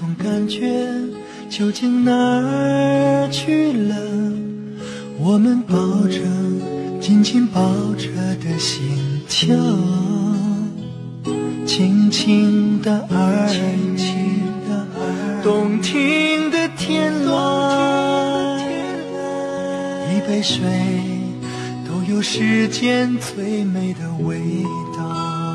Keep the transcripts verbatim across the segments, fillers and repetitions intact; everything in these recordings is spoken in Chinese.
种感觉究竟哪儿去了？我们抱着紧紧抱着的心跳，轻轻的耳语，动听的天籁，一杯水都有世间最美的味道。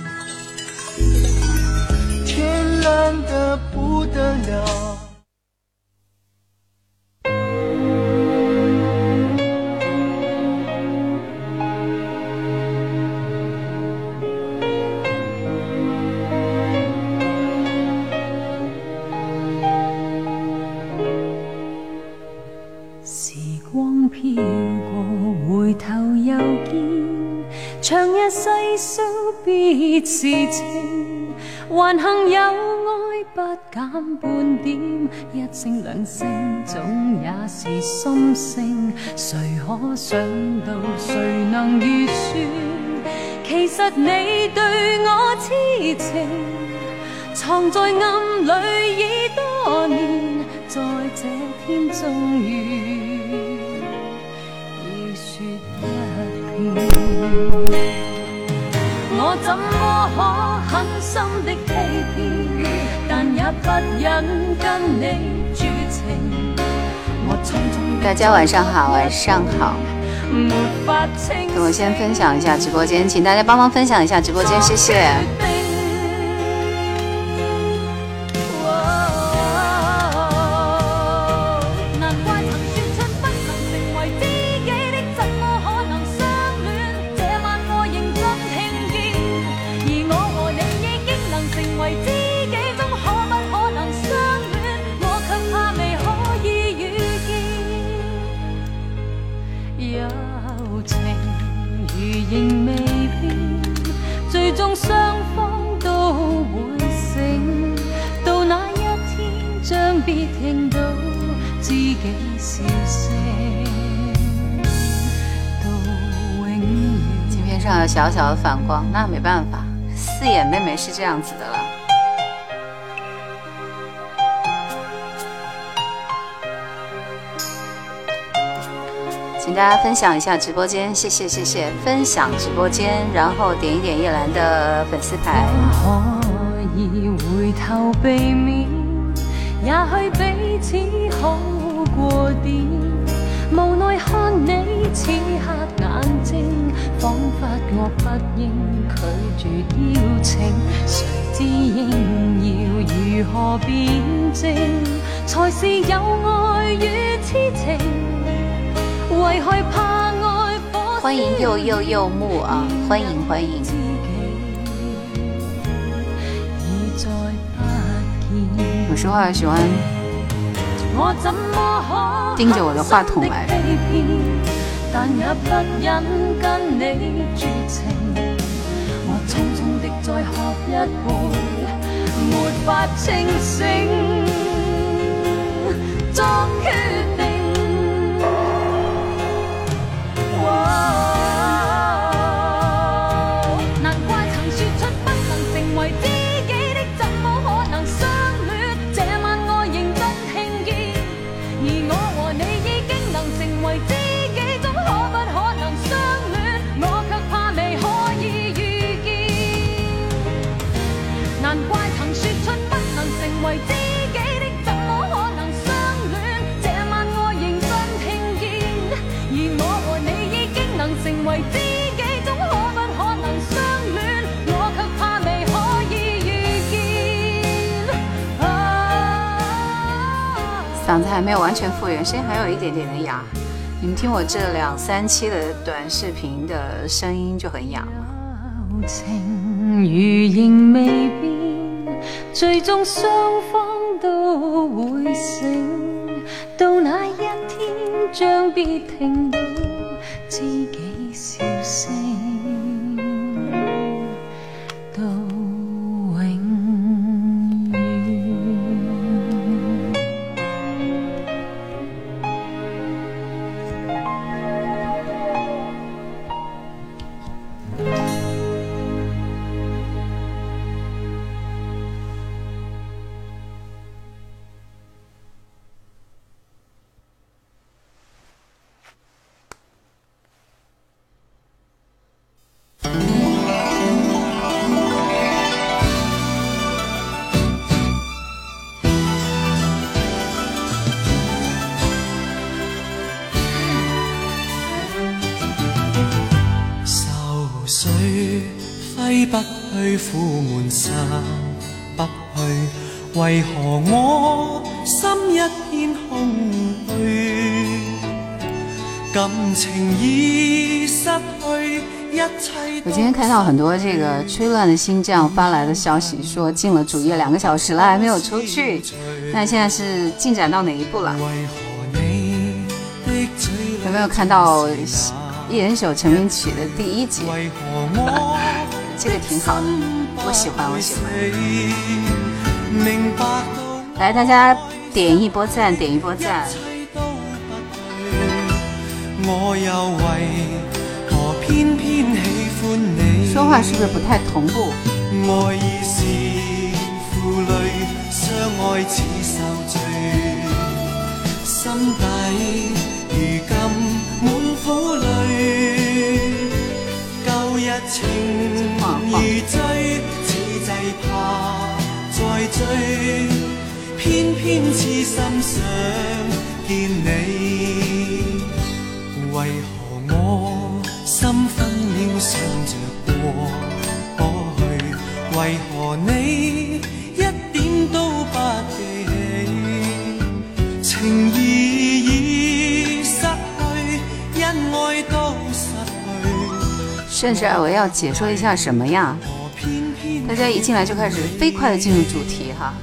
天蓝得不得了。 细數別是情，還幸有愛不減半點，一聲兩聲總也是心聲，誰可想到誰能預算，其實你對我痴情，藏在暗裏已多年，在這天終於已說一遍。我怎麼可狠心的欺騙，但也不忍跟你絕情。我匆匆大家晚上好，晚上好。我先分享一下直播间，请大家帮忙分享一下直播间，谢谢。 雙方都會醒，到那一天將必聽到知己笑聲，到永遠。 镜片上有小小的反光，那没辦法，四眼妹妹是这样子的了。请大家分享一下直播间，谢谢谢谢，分享直播間，然後點一點葉蘭的粉絲牌。 可以回頭避免，也許彼此好過點，無奈看你此刻眼睛，彷彿我不應拒絕邀請，誰知應要如何辯證，才是有愛與痴情。 歡迎又又又木啊！歡迎歡迎。有時候還喜歡盯着我的話筒來。 但也不忍跟你絕情，我匆匆的再喝一杯，沒法清醒，作決定。難怪曾說出不能成為知己的，怎麼可能相戀？這晚我認真聽見，而我和你已經能成為知己，總可不可能相戀？我卻怕未可以預見。難怪曾說出不能成為知己的，怎麼可能相戀？這晚我認真聽見，而我和你能成為知己，總可不可能相戀？我卻怕未可以預見。 嗓子還沒有完全復原，聲音還有一點點的啞。你們聽我這兩三期的短視頻的聲音就很啞了。 情如仍未變，最終雙方都會醒，到那一天將必聽到知己笑聲，到永遠。 揮不去，苦悶散不去，為何我心一片空虛？感情已失去一切。 我今天看到很多这个吹乱的心这样发来的消息，说进了主页两个小时了还没有出去，那现在是进展到哪一步了？有没有看到一人首成名曲的第一集？这个挺好的，我喜欢，我喜欢。来，大家点一波赞，点一波赞。 我又為何偏偏喜歡你？ 說話是不是不太同步？ 愛意是負累，相愛似受罪，心底如今滿苦淚，舊日情如醉，似祭怕再追，偏偏痴心想見你。為何我心分秒想着過去？為何你一點都不記起？情義已失去，恩愛都失去。 甚至我要解說一下什麼呀？大家一進來就開始飛快的進入主題哈。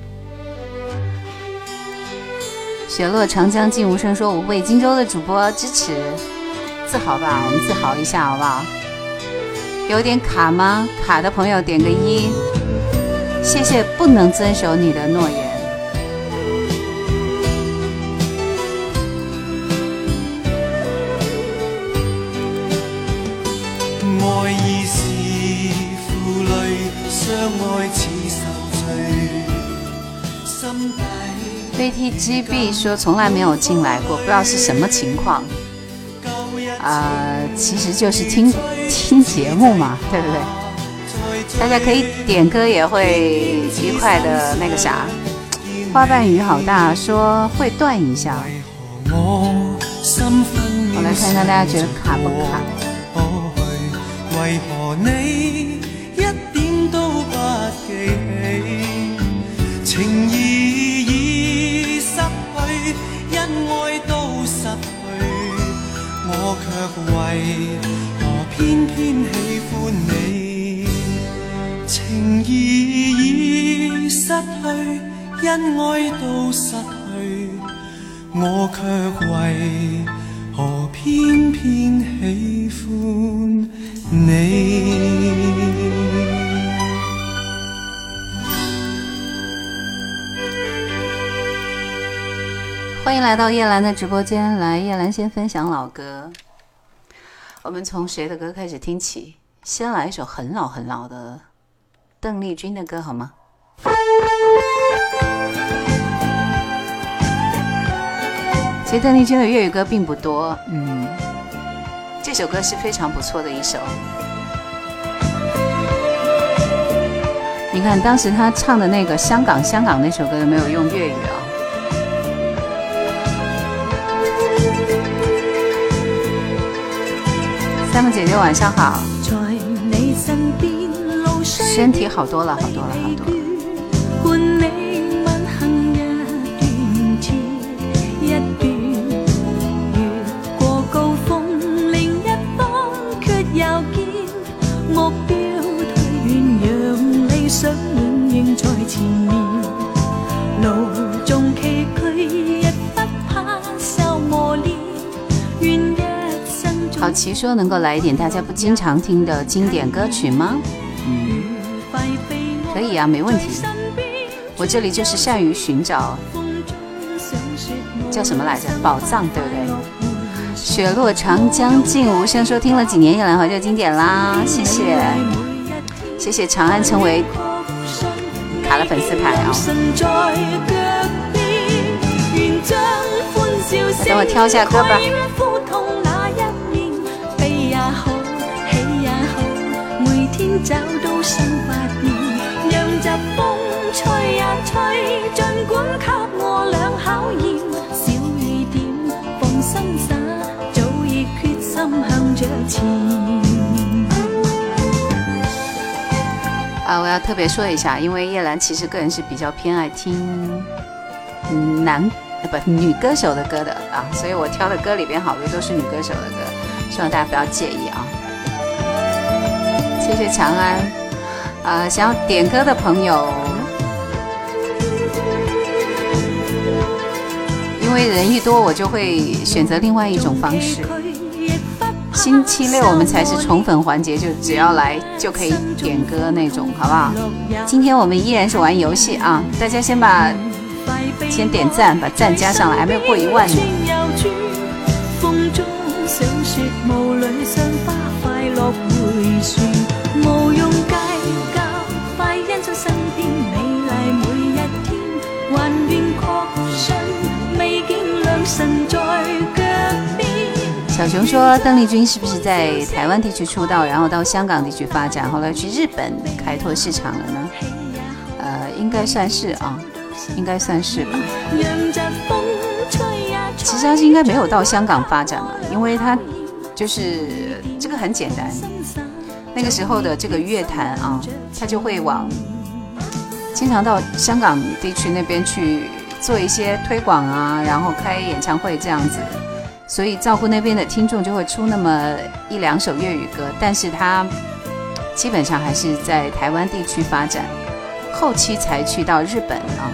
雪落長江盡無聲說我為荊州的主播支持，自豪吧，我們自豪一下好不好？有點卡嗎？卡的朋友點個一，謝謝不能遵守你的諾言。 愛意是負累，相愛似受罪，心底 V T G B 說從來沒有進來過，不知道是什麼情況。呃，其實就是聽聽節目嘛，對不對？大家可以點歌，也會愉快的那個啥。花瓣雨好大，說會斷一下。我來看看大家覺得卡不卡？為何你一點都不記起？情義恩愛都失去，我卻為何偏偏喜歡你？情義已失去，恩愛都失去，我卻為何偏偏喜歡你？ 欢迎来到叶兰的直播间，来，叶兰先分享老歌。我们从谁的歌开始听起？先来一首很老很老的邓丽君的歌好吗？其实邓丽君的粤语歌并不多，嗯，这首歌是非常不错的一首。你看当时她唱的那个香港香港那首歌有没有用粤语啊？三木姐姐晚上好，身体好多了好多了好多了。好奇说能够来一点大家不经常听的经典歌曲吗？嗯，可以啊，没问题。我这里就是善于寻找，叫什么来着？宝藏，对不对？雪落长江尽无声说听了几年夜兰怀旧经典啦，谢谢，谢谢长安成为卡了粉丝牌啊、哦！等我挑一下歌吧。找到新發現，讓疾風吹呀吹，儘管給我倆考驗，小雨點放心灑，早已決心向着前。 啊，我要特别说一下，因为叶兰其实个人是比较偏爱听男呃不女歌手的歌的啊，所以我挑的歌里边好多都是女歌手的歌，希望大家不要介意啊。谢谢长安，呃，想要点歌的朋友，因为人一多，我就会选择另外一种方式。星期六我们才是宠粉环节，就只要来就可以点歌那种，好不好？今天我们依然是玩游戏啊，大家先把先点赞，把赞加上来，还没有过一万呢。無用計較，快欣賞身邊美麗每一天，還願確信未見良辰在腳邊。小熊說，鄧麗君是不是在台灣地區出道，然後到香港地區發展，後來去日本開拓市場了呢？呃，應該算是啊，應該算是吧。其實他是應該沒有到香港發展嘛，因為他就是這個很簡單。那個時候的這個樂壇啊，他就會往經常到香港地區那邊去做一些推廣啊，然後開演唱會這樣子，所以照顧那邊的聽眾就會出那麼一兩首粵語歌，但是他基本上還是在台灣地區發展，後期才去到日本啊。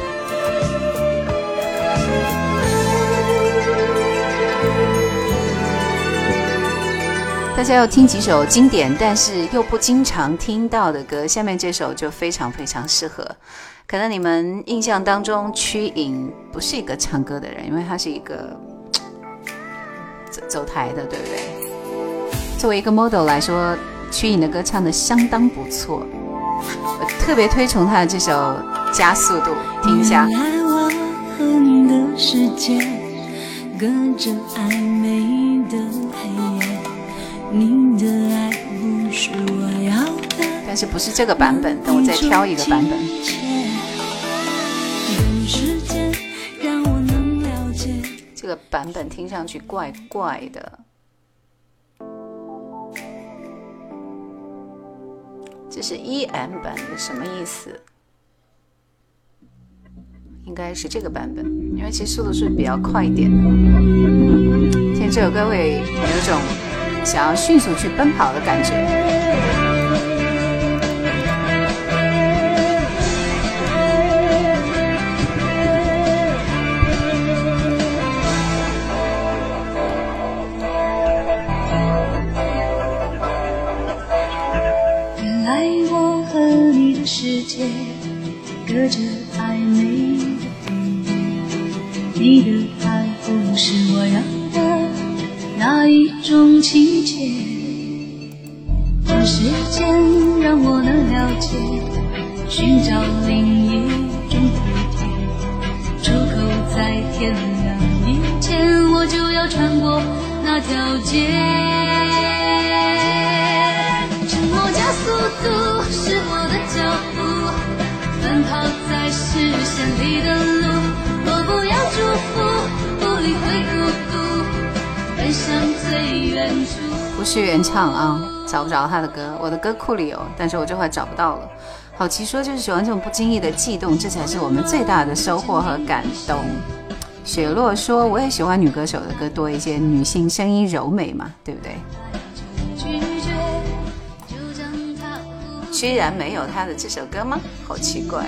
大家要聽幾首經典但是又不經常聽到的歌，下面這首就非常非常適合。可能你們印象當中曲穎不是一個唱歌的人，因為他是一個走走台的，對不對？作為一個 model 來說，曲穎的歌唱得相當不錯，我特別推崇他的這首《加速度》，聽一下。原來我和你的世界隔着曖昧的黑夜，你的愛不是我要的，但是不是這個版本，等我再挑一個版本。這個版本聽上去怪怪的，這是 E M 版的，什麼意思？應該是這個版本，因為其實速度是比較快一點的。聽這首歌會有一種想要迅速去奔跑的感覺。原來我和你的世界隔着曖昧的黑夜，你的愛不是我要的那一種情節，讓時間讓我能了解，尋找另一種體貼，出口在天亮以前，我就要穿過那條街。沉默加速度是我的腳步，奔跑在視線裡的路，我不要祝福，不理會孤獨，不是原唱啊，找不着他的歌，我的歌庫裡有，但是我這會找不到了。好奇說就是喜歡這種不經意的悸動，這才是我們最大的收穫和感動。雪落說我也喜歡女歌手的歌多一些，女性聲音柔美嘛，對不對？居然沒有他的這首歌嗎？好奇怪。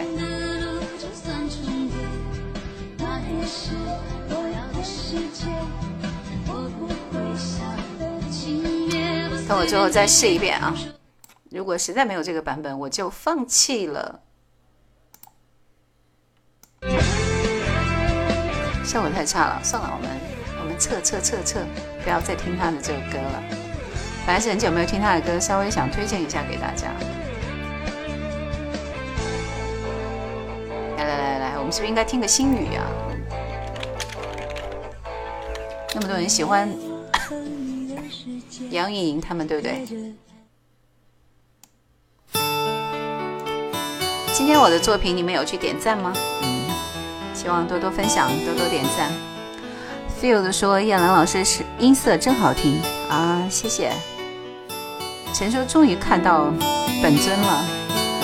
等我最後再試一遍啊！如果實在沒有這個版本，我就放棄了。效果太差了，算了，我們我們撤撤撤撤，不要再聽他的這個歌了。本來是很久沒有聽他的歌，稍微想推薦一下給大家。來來來來，我們是不是應該聽個新女啊？那麼多人喜歡楊鶯他們，對不對？今天我的作品你們有去點讚嗎？嗯，希望多多分享，多多點讚。Field 說葉蘭老師是音色真好聽啊，謝謝。陳說終於看到本尊了。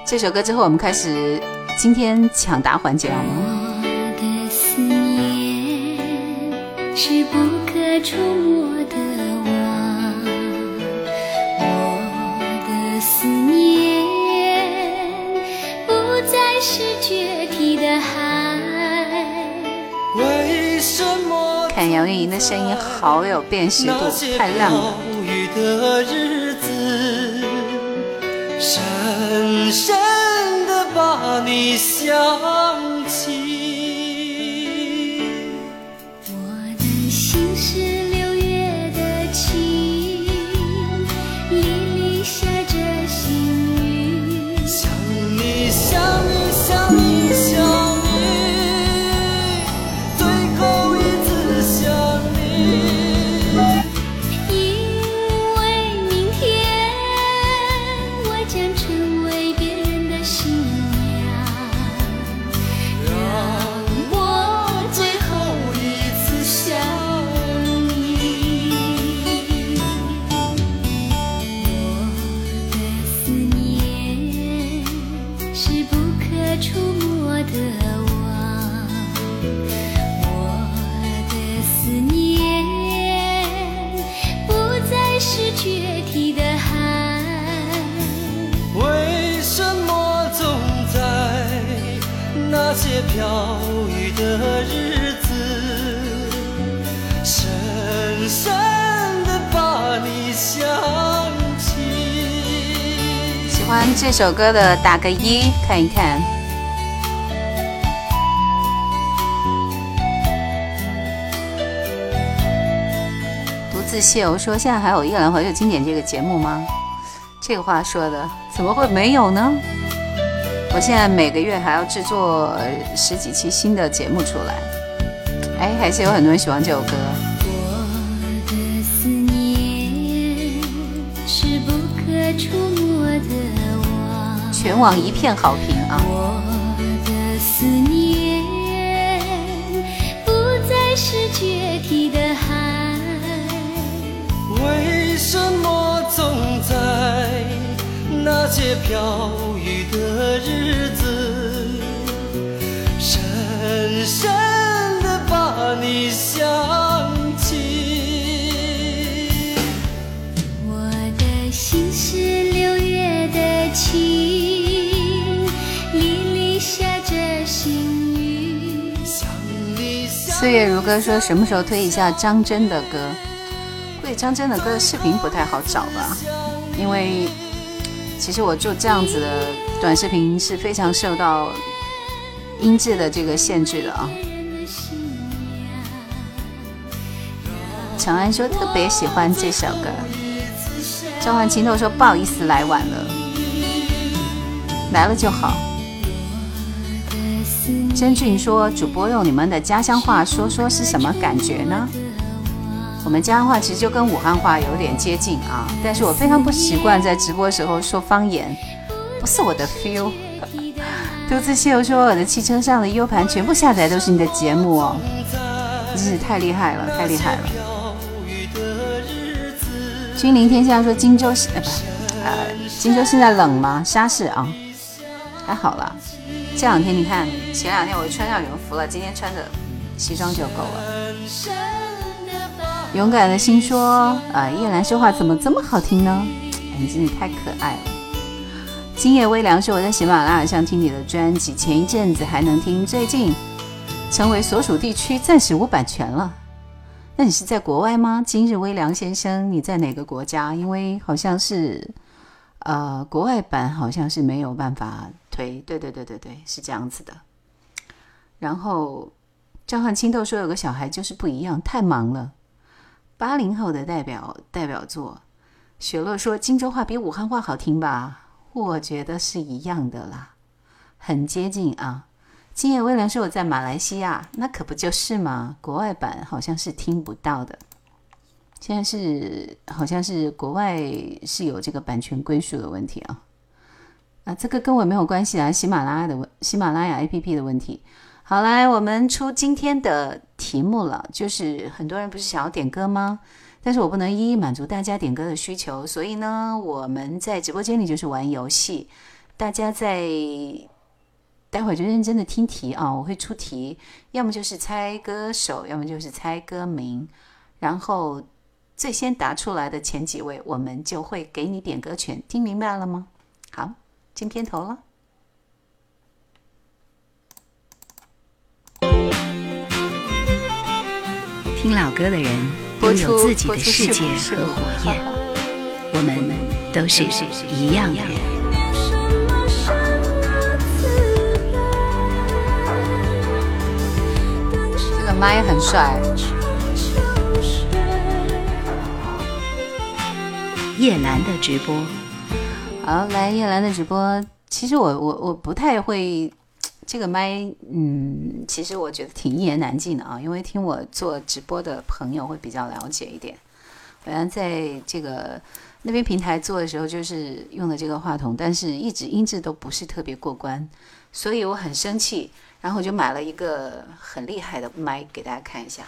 这首歌之后，我们开始今天抢答环节好吗？ 我的思念是不可触摸的网，我的思念不再是决堤的海。 为什么看杨钰莹的声音好有辨识度，太亮了。 那些飘雨的日子，深深地把你想起。 我的心是六月的晴，沥沥下着细雨。 想你想你想你想你，最后一次想你。 因为明天我将成为别人的新娘，让我最后一次想你。我的思念是不可触摸的网，我的思念不再是决堤的海。 为什么总在那些飘雨的日子，深深地把你想起。 喜欢这首歌的打个一，看一看。独自谢游说：“现在还有《夜兰怀旧经典》这个节目吗？”这个话说的，怎么会没有呢？我现在每个月还要制作十几期新的节目出来。哎，还是有很多人喜欢这首歌。 我的思念是不可触摸的网， 全网一片好评啊！ 我的思念不再是决堤的海。 为什么总在那些飘雨的日子，深深地把你想起。 我的心是六月的晴，沥沥下着细雨。 岁月如歌说什么时候推一下张真的歌？估计张真的歌的视频不太好找吧，因为其实我做这样子的短视频是非常受到音质的这个限制的啊。长安说特别喜欢这首歌。召唤情头说不好意思来晚了，来了就好。真俊说主播用你们的家乡话说说是什么感觉呢？我们家乡话其实就跟武汉话有点接近啊，但是我非常不习惯在直播的时候说方言，不是我的 feel。独自谢游说我的汽车上的 U 盘全部下载都是你的节目哦，真是太厉害了，太厉害了。君临天下说荆州是呃不呃荆州现在冷吗？沙市啊，还好啦。这两天你看，前两天我穿上羽绒服了，今天穿着西装就够了。勇敢的心说啊，叶兰说话怎么这么好听呢？哎，你真的太可爱了。今夜微凉说我在喜马拉雅上听你的专辑，前一阵子还能听，最近成为所属地区暂时无版权了。那你是在国外吗？今日微凉先生，你在哪个国家？因为好像是呃国外版好像是没有办法推，对对对对对，是这样子的。然后张翰青豆说有个小孩就是不一样，太忙了。八零后的代表代表作，雪乐说荆州话比武汉话好听吧？我觉得是一样的啦，很接近啊。今夜微凉说我在马来西亚，那可不就是吗？国外版好像是听不到的，现在是好像是国外是有这个版权归属的问题啊。啊，这个跟我没有关系啊，喜马拉雅的喜马拉雅 A P P 的问题。好，来我们出今天的题目了，就是很多人不是想要点歌吗？但是我不能一一满足大家点歌的需求，所以呢，我们在直播间里就是玩游戏。 大家在待会儿就认真的听题啊，我会出题，要么就是猜歌手，要么就是猜歌名，然后最先答出来的前几位，我们就会给你点歌权，听明白了吗？好，进片头了。 听老歌的人都有自己的世界和火焰，我们都是一样的人。 这个麦很帅。 叶兰的直播， 好，来叶兰的直播。其实我我我不太会。这个麦，嗯，其实我觉得挺一言难尽的啊，因为听我做直播的朋友会比较了解一点。好像在这个那边平台做的时候，就是用的这个话筒，但是一直音质都不是特别过关，所以我很生气，然后我就买了一个很厉害的麦给大家看一下。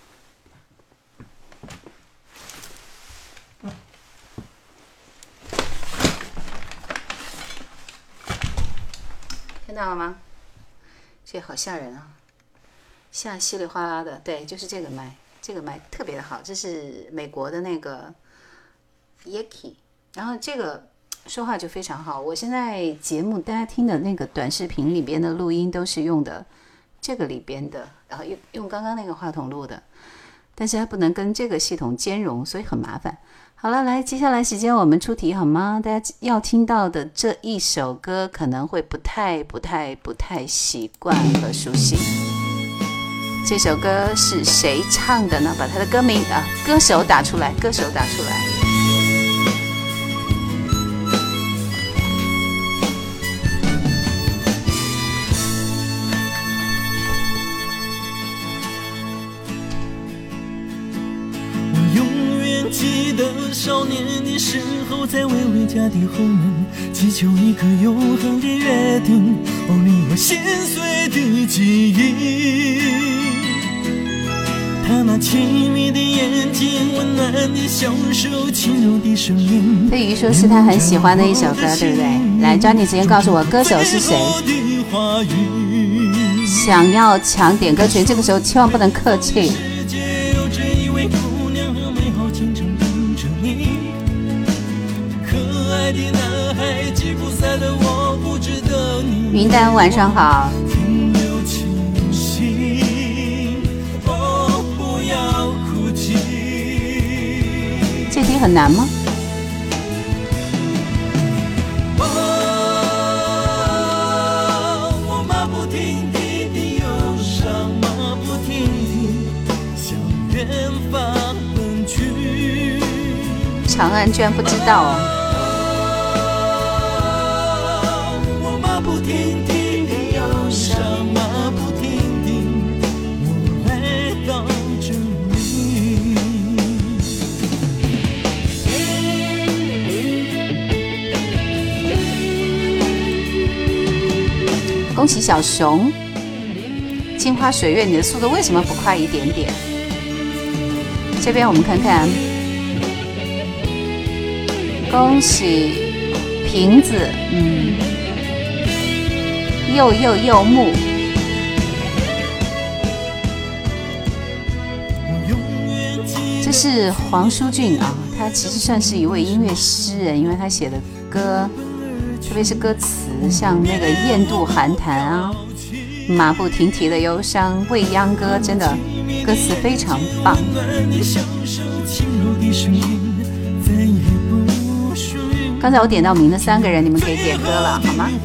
看到了吗？这好吓人啊，吓稀里哗啦的。对，就是这个麦，这个麦特别的好，这是美国的那个 Yaki， 然后这个说话就非常好。我现在节目大家听的那个短视频里边的录音都是用的这个里边的，然后用用刚刚那个话筒录的，但是它不能跟这个系统兼容，所以很麻烦。好了，来，接下来时间我们出题好吗？大家要听到的这一首歌可能会不太、不太、不太习惯和熟悉。这首歌是谁唱的呢？把他的歌名啊，歌手打出来，歌手打出来。 记得少年的时候，在微微家的后门，祈求一个永恒的约定。哦，你我心碎的记忆，他那亲密的眼睛，温暖的小手，轻柔的声音。 飞鱼说是他很喜欢的一首歌，对不对？来，抓紧时间告诉我歌手是谁。想要抢点歌权，这个时候千万不能客气。云丹晚上好。这题很难吗？长安居然不知道哦。恭喜小熊，镜花水月，你的速度为什么不快一点点？这边我们看看，恭喜瓶子，嗯，又又又木，这是黄舒骏啊，他其实算是一位音乐诗人，因为他写的歌，特别是歌词。像那个雁渡寒潭啊，马不停蹄的忧伤，未央歌，真的歌词非常棒。刚才我点到名的三个人，你们可以点歌了，好吗？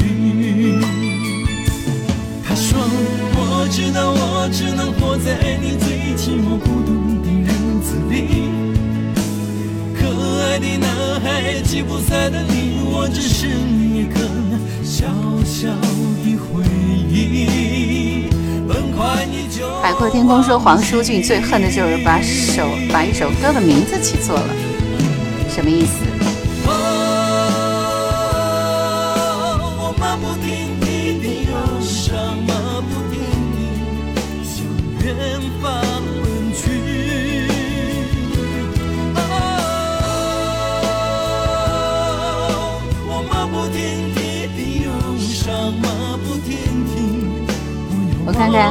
他说我知道我只能活在你最寂寞孤独的日子里，可爱的男孩吉普赛的你，我只是一个小小的回忆。海阔天空说黄舒骏最恨的就是把首把一首歌的名字起错了，什么意思？我马不停蹄的忧伤，马不停蹄向远方奔去。我马不停蹄。 看看。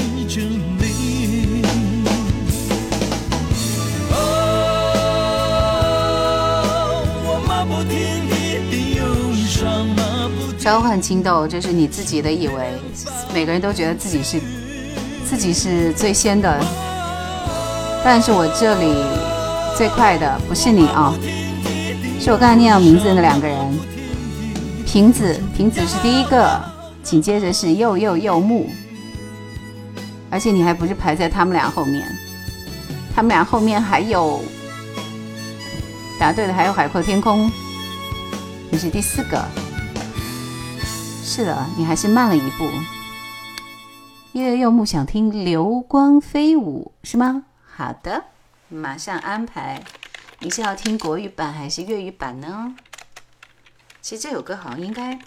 召唤青豆，这是你自己的以为，每个人都觉得自己是自己是最先的，但是我这里最快的不是你啊、哦，是我刚才念到名字的那两个人，瓶子，瓶子是第一个，紧接着是又又又木，而且你还不是排在他们俩后面，他们俩后面还有，答对的还有海阔天空，你是第四个。是的，你还是慢了一步。夜又木想听流光飞舞是吗？好的，马上安排。你是要听国语版还是粤语版呢？其实这首歌好像应该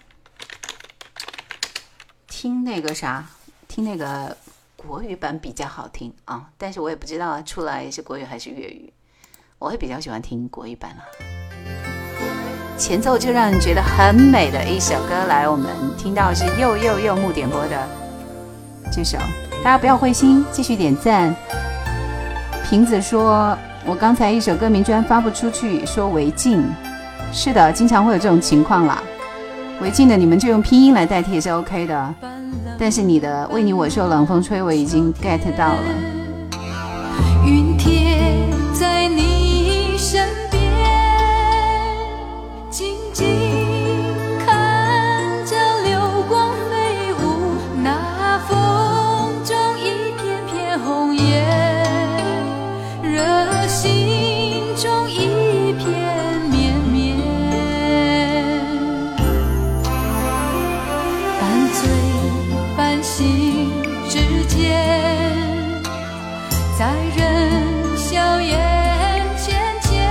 听那个啥，听那个国语版比较好听啊，但是我也不知道出来是国语还是粤语，我会比较喜欢听国语版了。前奏就让人觉得很美的一首歌，来，我们听到是又又又木点播的这首，大家不要灰心，继续点赞。瓶子说，我刚才一首歌名居然发不出去，说违禁。是的，经常会有这种情况啦。违禁的你们就用拼音来代替也是 OK 的，但是你的为你我受冷风吹我已经 get 到了。 云贴在你身边，静静看着流光飞舞，那风中一片片红叶，热心中一片绵绵，半醉半醒之间，在人笑颜浅浅，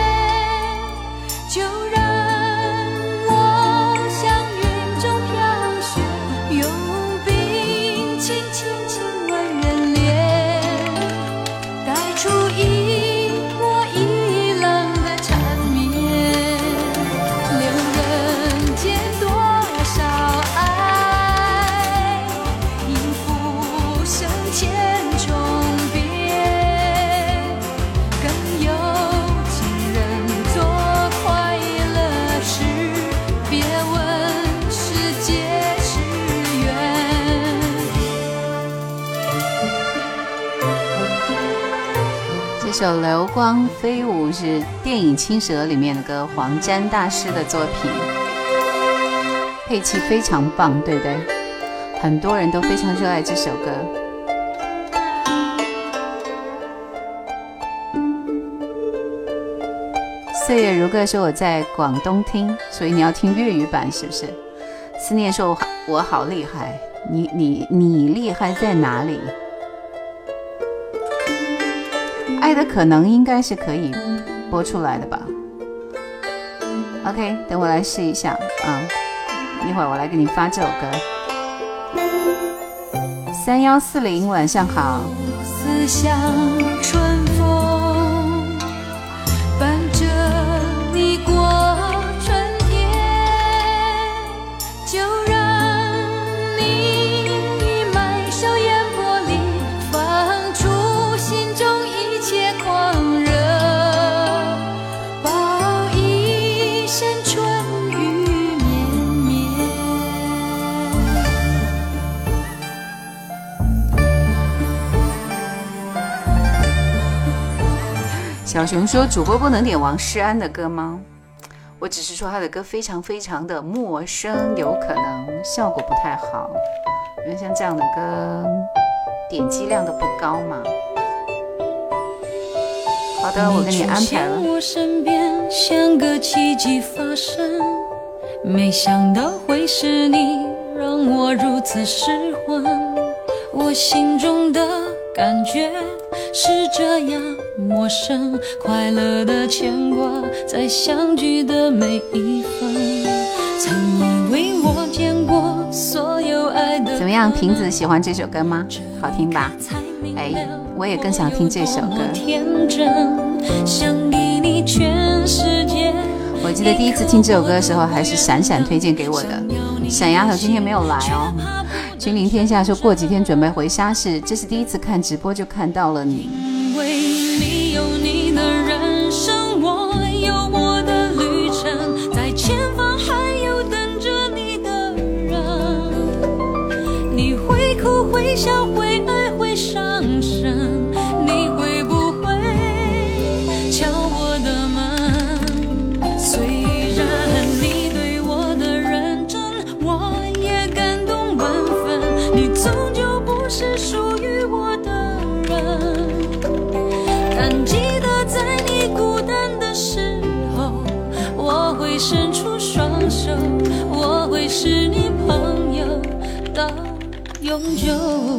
就让我向云中飘雪，用冰轻轻亲吻人脸，带出一波一浪的缠绵，留人间多少爱，应付生千重变，更有情人做快乐事，别问世界是缘。 这首《流光飞舞》是电影《青蛇》里面的歌，黄沾大师的作品，配器非常棒，对不对？很多人都非常热爱这首歌。岁月如歌说我在广东听，所以你要听粤语版是不是？思念说我好我好厉害，你你你厉害在哪里？爱的可能应该是可以播出来的吧。 OK， 等我来试一下啊、嗯，一会儿我来给你发这首歌。三幺四零晚上好。 思乡春风伴着你过春天，就让你以满手烟波里放出心中一切狂热，报一声春雨绵绵。 小熊说主播不能点王诗安的歌吗？我只是说他的歌非常非常的陌生，有可能效果不太好，因为像这样的歌点击量都不高嘛。好的，我给你安排了。 你出现我身边像个奇迹发生，没想到会是你让我如此失魂，我心中的感觉是这样陌生，快乐的牵挂在相聚的每一分，曾以为我见过所有爱的。 怎么样，瓶子喜欢这首歌吗？好听吧？哎，我也更想听这首歌。我记得第一次听这首歌的时候还是闪闪推荐给我的，闪丫头今天没有来哦， 君临天下说过几天准备回沙市，这是第一次看直播就看到了你。 因为你有你的人生，我有我的旅程，在前方还有等着你的人。你会哭会笑会爱会伤神，你会不会敲我的门？虽然你对我的认真我也感动万分，你终究不是属于我的人。但记得在你孤单的时候，我会伸出双手，我会是你朋友到永久。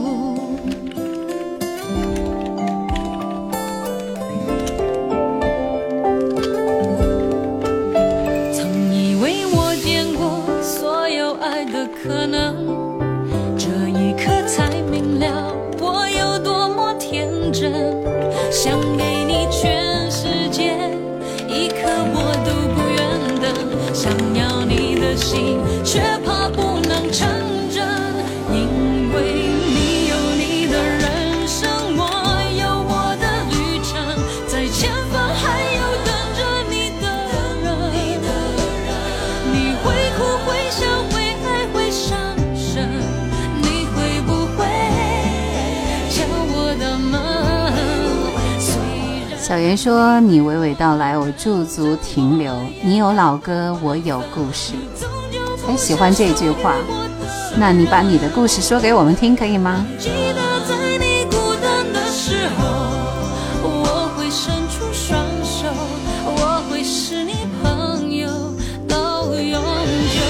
曾以为我见过所有爱的可能，这一刻才明了我有多么天真，想给你全世界，一刻我都不愿等，想要你的心却怕不能成真。因为你有你的人生，我有我的旅程，在前方还有等着你的人。你会哭会笑会爱会伤神，你会不会敲我的门？ 小袁说你娓娓道来，我驻足停留，你有老歌我有故事。很喜欢这句话，那你把你的故事说给我们听可以吗？ 记得在你孤单的时候，我会伸出双手，我会是你朋友到永久。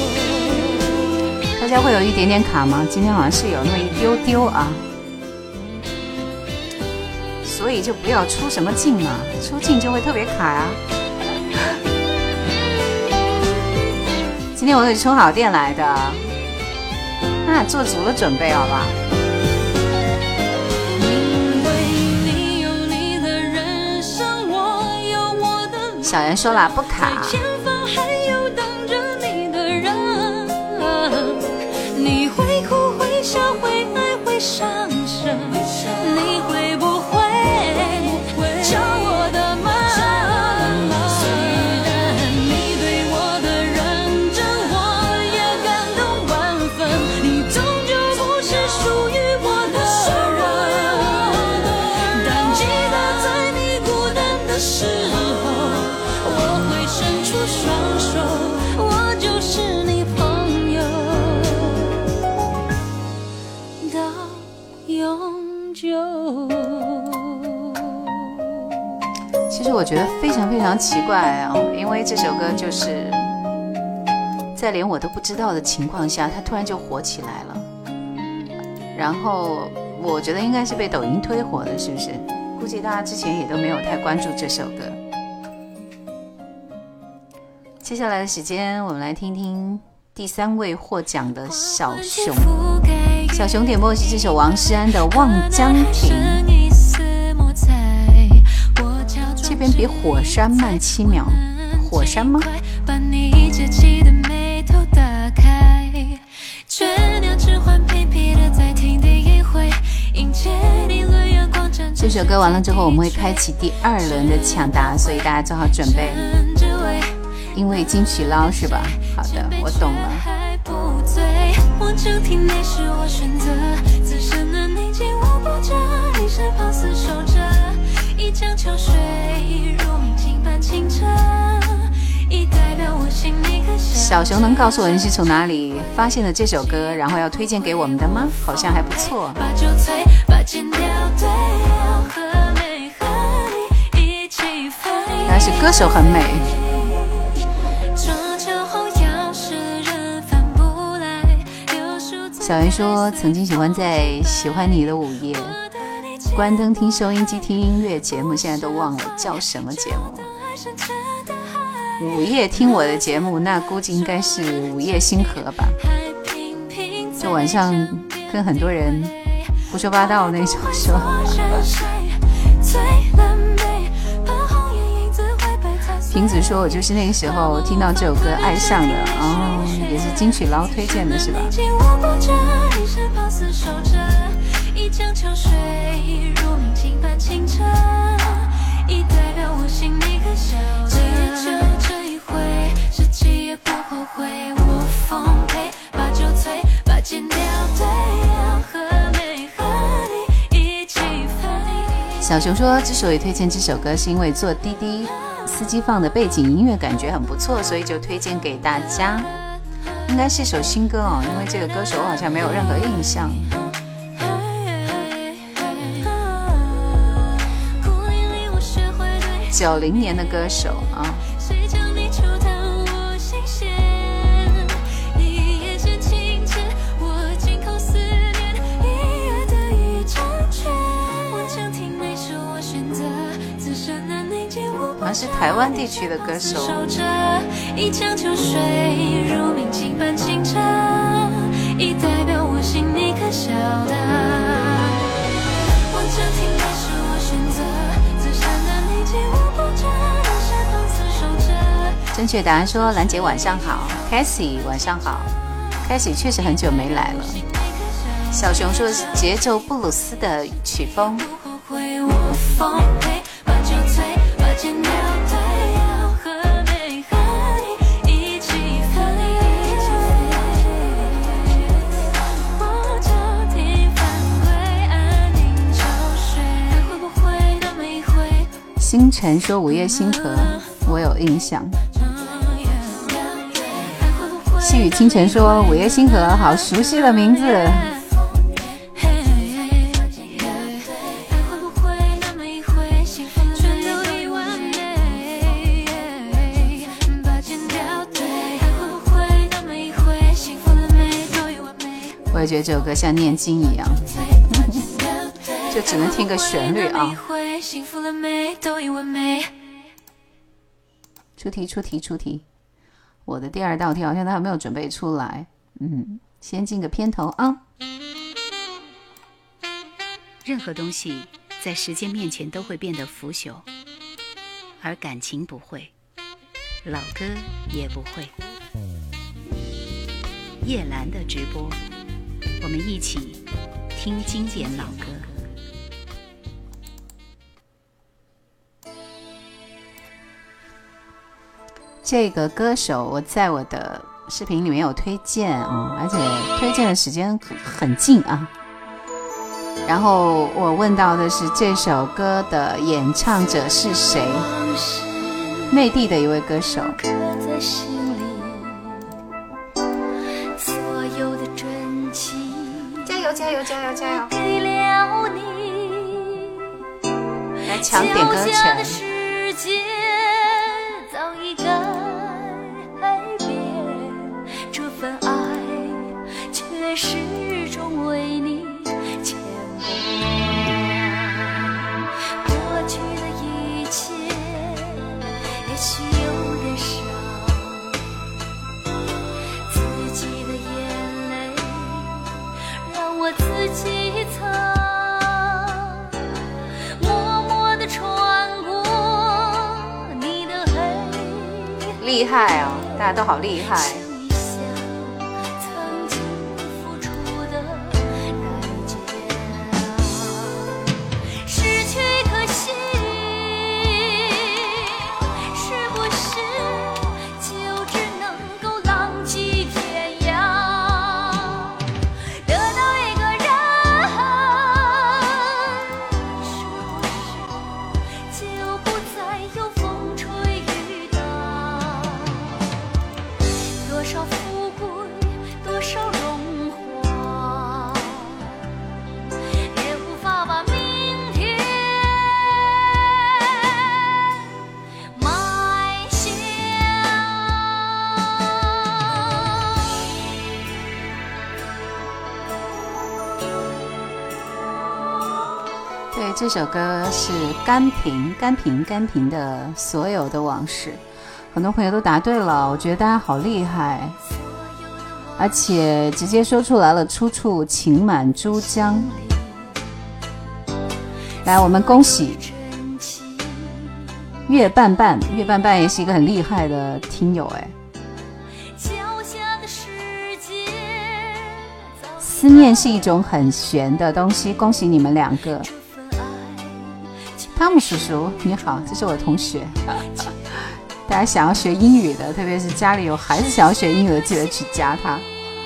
大家会有一点点卡吗？今天好像是有那么一丢丢啊，所以就不要出什么镜嘛，出镜就会特别卡啊。今天我得充好电来的，那做足了准备好吧。 因为你有你的人生，我有我的。 小袁说了不卡。 前方还有等着你的人，你会哭会笑会爱会伤神，你会不会敲我的门？虽然你对我的认真我也感动万分，你终究不是属于我的人。但记得在你孤单的时候，我会伸出双手，我就是你朋友到永久。 其实我觉得非常非常奇怪哦，因为这首歌就是在连我都不知道的情况下，它突然就火起来了。然后我觉得应该是被抖音推火的，是不是？估计大家之前也都没有太关注这首歌。接下来的时间，我们来听听第三位获奖的小熊。小熊点播的是这首王诗安的《望江亭》。这边比火山慢七秒，火山吗？ 把你结起的眉头打开，倦鸟只换皮皮的再听第一回，迎接你轮圆光沾。 这首歌完了之后，我们会开启第二轮的抢答，所以大家做好准备。因为金曲捞是吧？好的，我懂了。 望江亭内是我选择，此生的你紧握不着，你身旁厮守着，一江秋水如明镜般清澈，已代表我心里刻下。 小熊能告诉我你是从哪里发现了这首歌，然后要推荐给我们的吗？好像还不错。 把酒醉，把剪掉，对，和美和你一起飞。 但是歌手很美。小袁说曾经喜欢在喜欢你的午夜关灯听收音机听音乐节目，现在都忘了叫什么节目。午夜听我的节目，那估计应该是午夜星河吧，就晚上跟很多人胡说八道那种说。苹晴子说，我就是那个时候听到这首歌爱上的，哦，也是金曲捞推荐的是吧？小熊说，之所以推荐这首歌，是因为坐滴滴司机放的背景音乐感觉很不错，所以就推荐给大家。应该是首新歌哦，因为这个歌手我好像没有任何印象。九零年的歌手啊。好像是台湾地区的歌手。一江秋水如明镜般清澈，已代表我心你可晓得。望着听的是我选择，自山的你紧握不着，人生放肆守着。正确答案说，兰姐晚上好 ，Cassie 晚上好 ，Cassie 确实很久没来了。小熊说是节奏布鲁斯的曲风。星辰说午夜星河，我有印象。细雨清晨说午夜星河，好熟悉的名字。我也觉得这首歌像念经一样，就只能听个旋律啊。出题出题出题，我的第二道题好像他还没有准备出来，嗯，先进个片头啊。 任何东西在时间面前都会变得腐朽，而感情不会，老歌也不会。叶兰的直播，我们一起听经典老歌。 这个歌手我在我的视频里面有推荐，嗯，而且推荐的时间很近啊。然后我问到的是这首歌的演唱者是谁？内地的一位歌手。加油加油加油加油！来抢点歌权。始终为你牵挂，过去的一切也许有点伤，自己的眼泪让我自己藏，默默地穿过你的黑。厉害哦，大家都好厉害。这首歌是甘萍甘萍甘萍的所有的往事，很多朋友都答对了，我觉得大家好厉害，而且直接说出来了出处情满珠江。来，我们恭喜月半半，月半半也是一个很厉害的听友哎。思念是一种很玄的东西，恭喜你们两个。汤姆叔叔你好，这是我的同学。大家想要学英语的，特别是家里有孩子想要学英语的，记得去加他。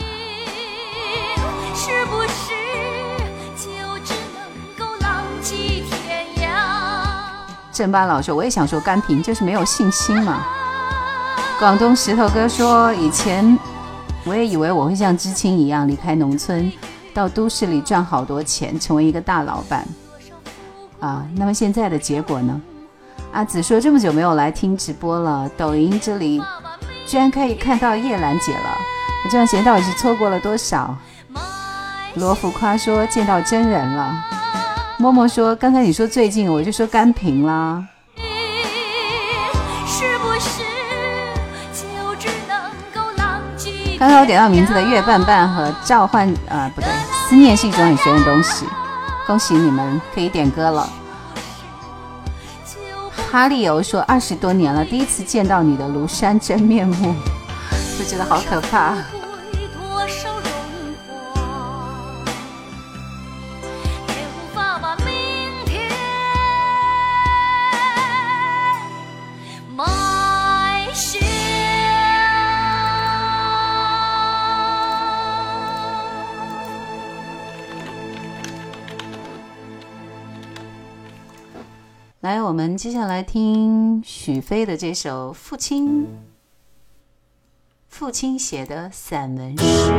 是不是就只能够浪迹天涯？正巴老师，我也想说甘平，就是没有信心嘛。广东石头哥说，以前我也以为我会像知青一样离开农村，到都市里赚好多钱，成为一个大老板啊。那么现在的结果呢？阿紫说这么久没有来听直播了，抖音这里居然可以看到叶兰姐了，我这段时间到底是错过了多少？罗浮夸说见到真人了。默默说刚才你说最近，我就说甘平啦。刚才我点到名字的月半半和召唤呃不对，思念是一种很玄的东西，恭喜你们可以点歌了。哈利欧说二十多年了，第一次见到你的庐山真面目，就觉得好可怕。来，我们接下来听许飞的这首父亲父亲写的散文诗。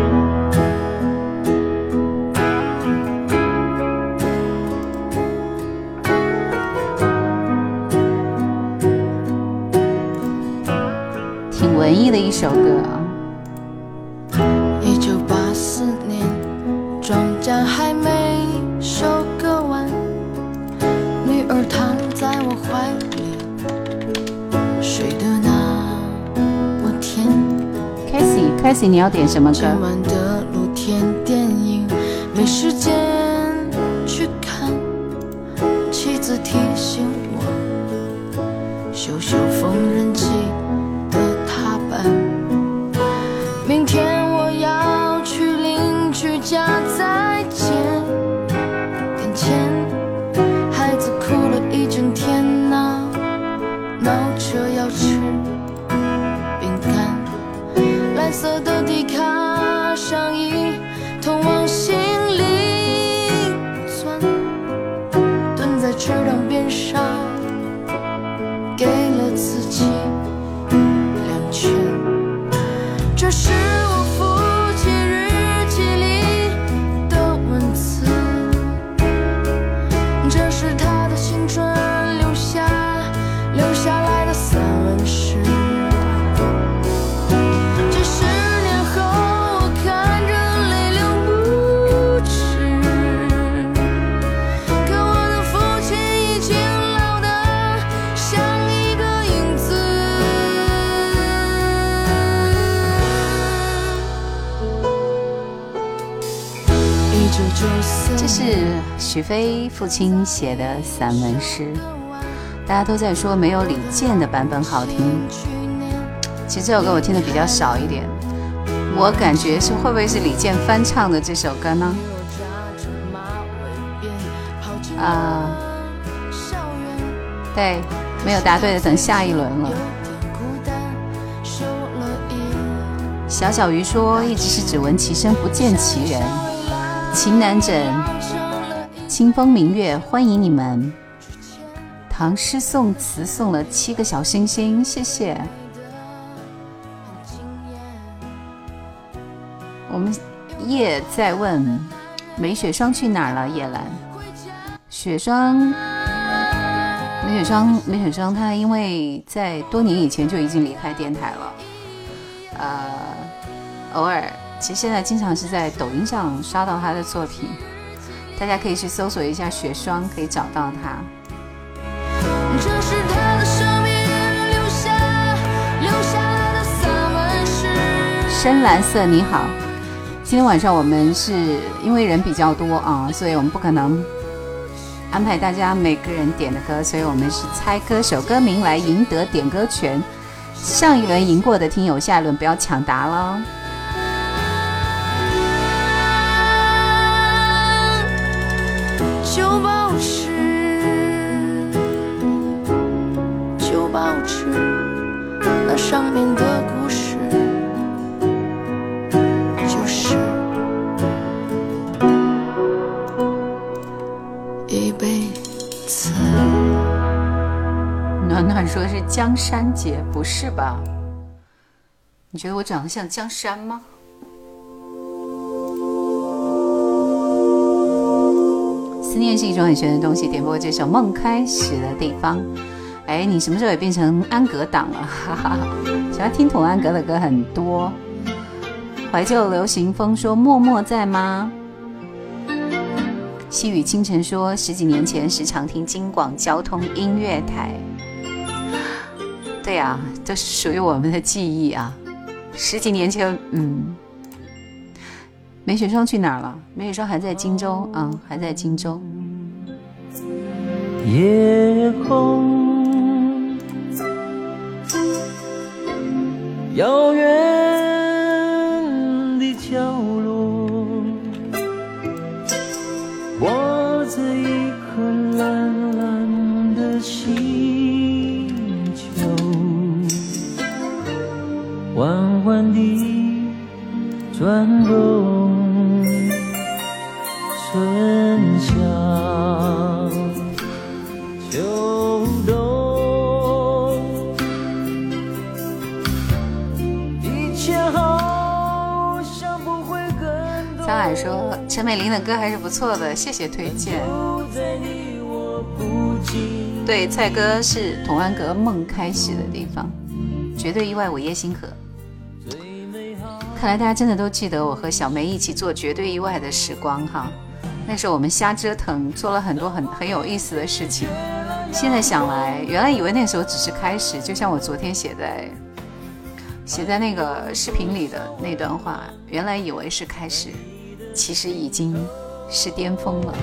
挺文艺的一首歌啊。 一九八四年，庄稼还没收割完，女儿躺在我怀里，睡得那么甜。 Casey Casey 你要点什么歌？ 今晚的露天电影没时间去看，妻子提醒我修修缝纫机的踏板，明天我要去邻居家再借点钱。孩子哭了一整天呐，闹着要吃饼干，蓝色的迪卡上衣通往心里钻，蹲在池塘边上给了自己两拳。这是我父亲日记里的文字，这是他的青春留下留下来的散文诗。这十年后我看着泪流不止，可我的父亲已经老得像一个影子。 这是许飞父亲写的散文诗，大家都在说没有李健的版本好听。其实这首歌我听的比较少一点，我感觉是会不会是李健翻唱的这首歌呢？啊、呃，对，没有答对的等下一轮了。小小鱼说一直是只闻其声不见其人。情难枕，清风明月，欢迎你们。唐诗宋词送了七个小星星，谢谢。我们叶在问梅雪霜去哪儿了？叶兰，雪霜，梅雪霜，梅雪霜，她因为在多年以前就已经离开电台了，呃，偶尔。其实现在经常是在抖音上刷到他的作品，大家可以去搜索一下雪霜，可以找到他。这是他的生命留下留下来的散文诗。深蓝色你好，今天晚上我们是因为人比较多啊，所以我们不可能安排大家每个人点的歌，所以我们是猜歌手歌名来赢得点歌权。上一轮赢过的听友，下一轮不要抢答了。 就保持，就保持那上面的故事，就是一辈子。 暖暖说是江山姐，不是吧？你觉得我长得像江山吗？思念是一种很玄的东西，点播这首《梦开始的地方》。哎，你什么时候也变成安格党了？哈哈，喜欢听童安格的歌很多。怀旧流行风说默默在吗？细雨清晨说十几年前时常听京广交通音乐台。对啊，这是属于我们的记忆啊。十几年前，嗯。梅雪霜去哪儿了？梅雪霜还在荆州，嗯，还在荆州。 夜空，遥远的角落，挂着一颗蓝蓝的星球，缓缓地转动。春夏秋冬，一切好像不会更多。 沧海说陈美玲的歌还是不错的，谢谢推荐。对，蔡哥是童安格梦开始的地方，绝对意外我叶星河。看来大家真的都记得我和小梅一起做绝对意外的时光哈。那时候我们瞎折腾，做了很多很很有意思的事情。现在想来，原来以为那时候只是开始，就像我昨天写在写在那个视频里的那段话，原来以为是开始，其实已经是巅峰了。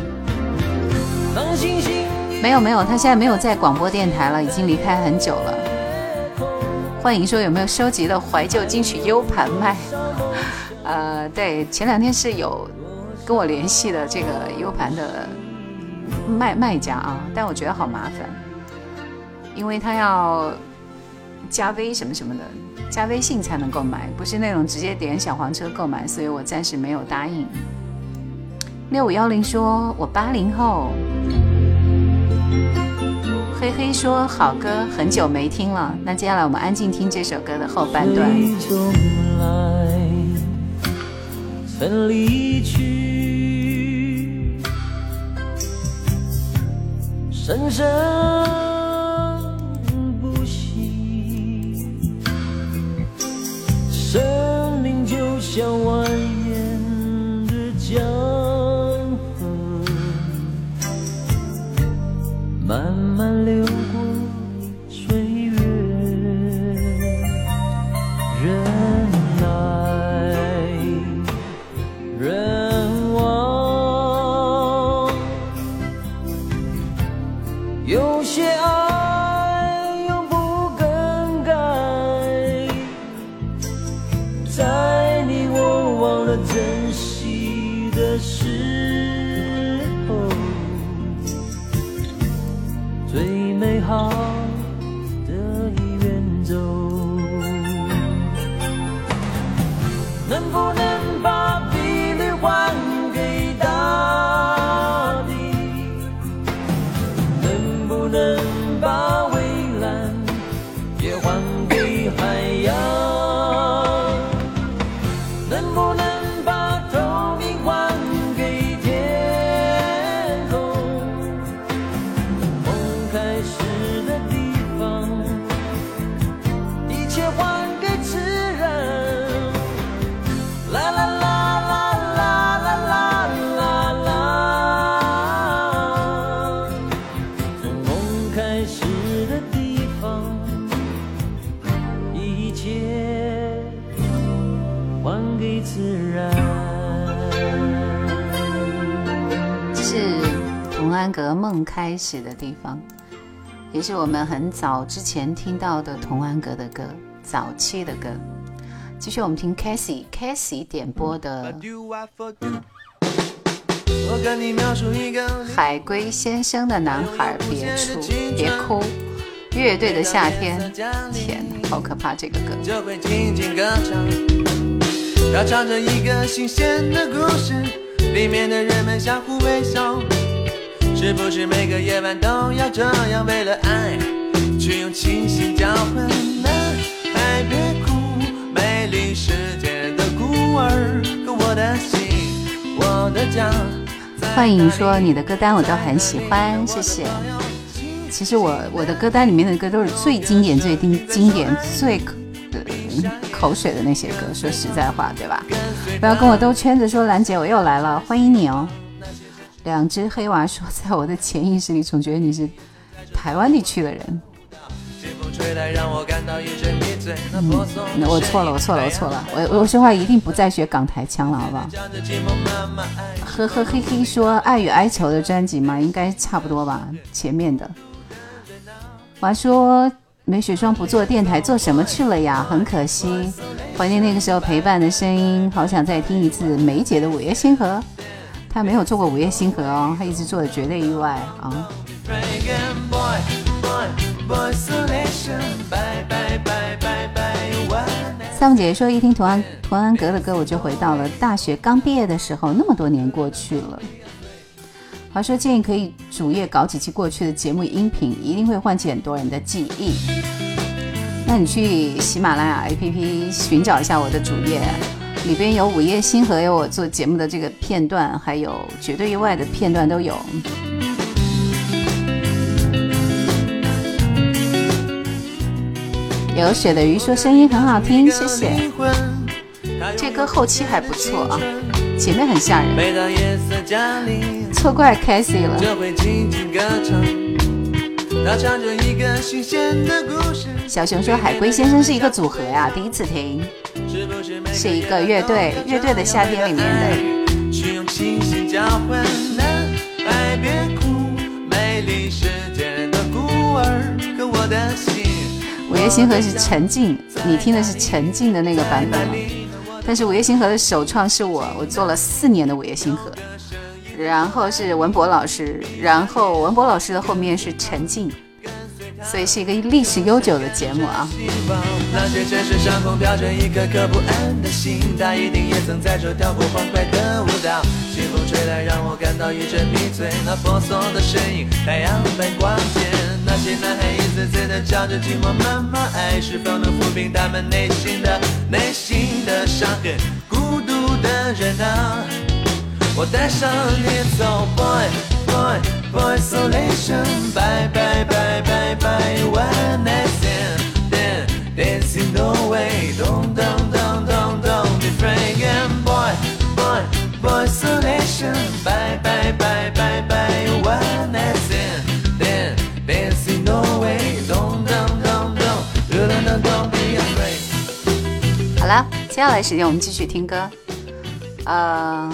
没有没有，他现在没有在广播电台了，已经离开很久了。欢迎说有没有收集的怀旧金曲 U 盘卖？呃，对，前两天是有跟我联系的这个 U 盘的卖卖家啊，但我觉得好麻烦，因为他要加微什么什么的，加微信才能够买，不是那种直接点小黄车购买，所以我暂时没有答应。六五幺零说我八零后，黑黑说好歌很久没听了，那接下来我们安静听这首歌的后半段。 曾离去，生生不息，生命就像蜿蜒的江河，慢慢流过岁月，人来人往，有些爱永不更改，在你我忘了珍惜的时候，最美好的已远走。能不能把频率还给大地？能不能把蔚蓝也还给海洋？能不能把透明还给天空？梦开始的地方，一切还给自然。啦啦啦啦啦啦啦啦啦，从梦开始的地方，一切还给自然。 这是童安格梦开始的地方，也是我们很早之前听到的童安格的歌，早期的歌。继续我们听 Cassie Cassie 点播的海龟先生的男孩别哭别哭，乐队的夏天，天好可怕这个歌。 就会静静歌唱，他唱着一个新鲜的故事，里面的人们相互微笑，是不是每个夜晚都要这样，为了爱去用清醒交换？男孩别哭，美丽世界的孤儿，可我的心我的家。 幻影说你的歌单我都很喜欢，谢谢。其实我我的歌单里面的歌都是最经典最经典最、呃、口水的那些歌，说实在话对吧？不要跟我兜圈子说兰姐我又来了，欢迎你哦。两只黑娃说在我的潜意识里总觉得你是台湾地区的人。嗯，我错了我错了我错了，我我说话一定不再学港台腔了好不好？呵呵嘿嘿说爱与哀愁的专辑嘛，应该差不多吧，前面的。我还说梅雪霜不做电台做什么去了呀，很可惜，怀念那个时候陪伴的声音，好想再听一次梅姐的午夜星河。她没有做过午夜星河哦，她一直做的绝对意外啊。三木姐姐说一听童安童安格的歌我就回到了大学刚毕业的时候，那么多年过去了。华说建议可以主页搞几期过去的节目音频，一定会唤起很多人的记忆。那你去喜马拉雅 A P P 寻找一下我的主页，里边有午夜星河，有我做节目的这个片段，还有绝对意外的片段都有。有雪的鱼说声音很好听，谢谢。这歌后期还不错啊，前面很吓人。错怪 Cassie 了。小熊说海龟先生是一个组合呀，第一次听，是一个乐队，乐队的夏天里面的。午夜星河是陈静，你听的是陈静的那个版本吗？但是午夜星河的首创是我，我做了四年的午夜星河，然后是文博老师，然后文博老师的后面是陈静，所以是一个历史悠久的节目啊。那些城市上空飘着一颗颗不安的心，他一定也曾在这跳过欢快的舞蹈。清风吹来让我感到一阵迷醉，那婆娑的身影，太阳般光洁。那些男孩一次次的叫着寂寞妈妈，爱是否能抚平他们内心的内心的伤痕？孤独的人啊，我带上你走 ，boy boy boy isolation， bye bye bye bye bye one night stand dancing no way， don't don't don't don't don't be afraid and boy boy boy isolation， bye bye bye bye bye one night stand dancing no way， don't don't don't don't don't don't don't be afraid。好了，接下来时间我们继续听歌，呃。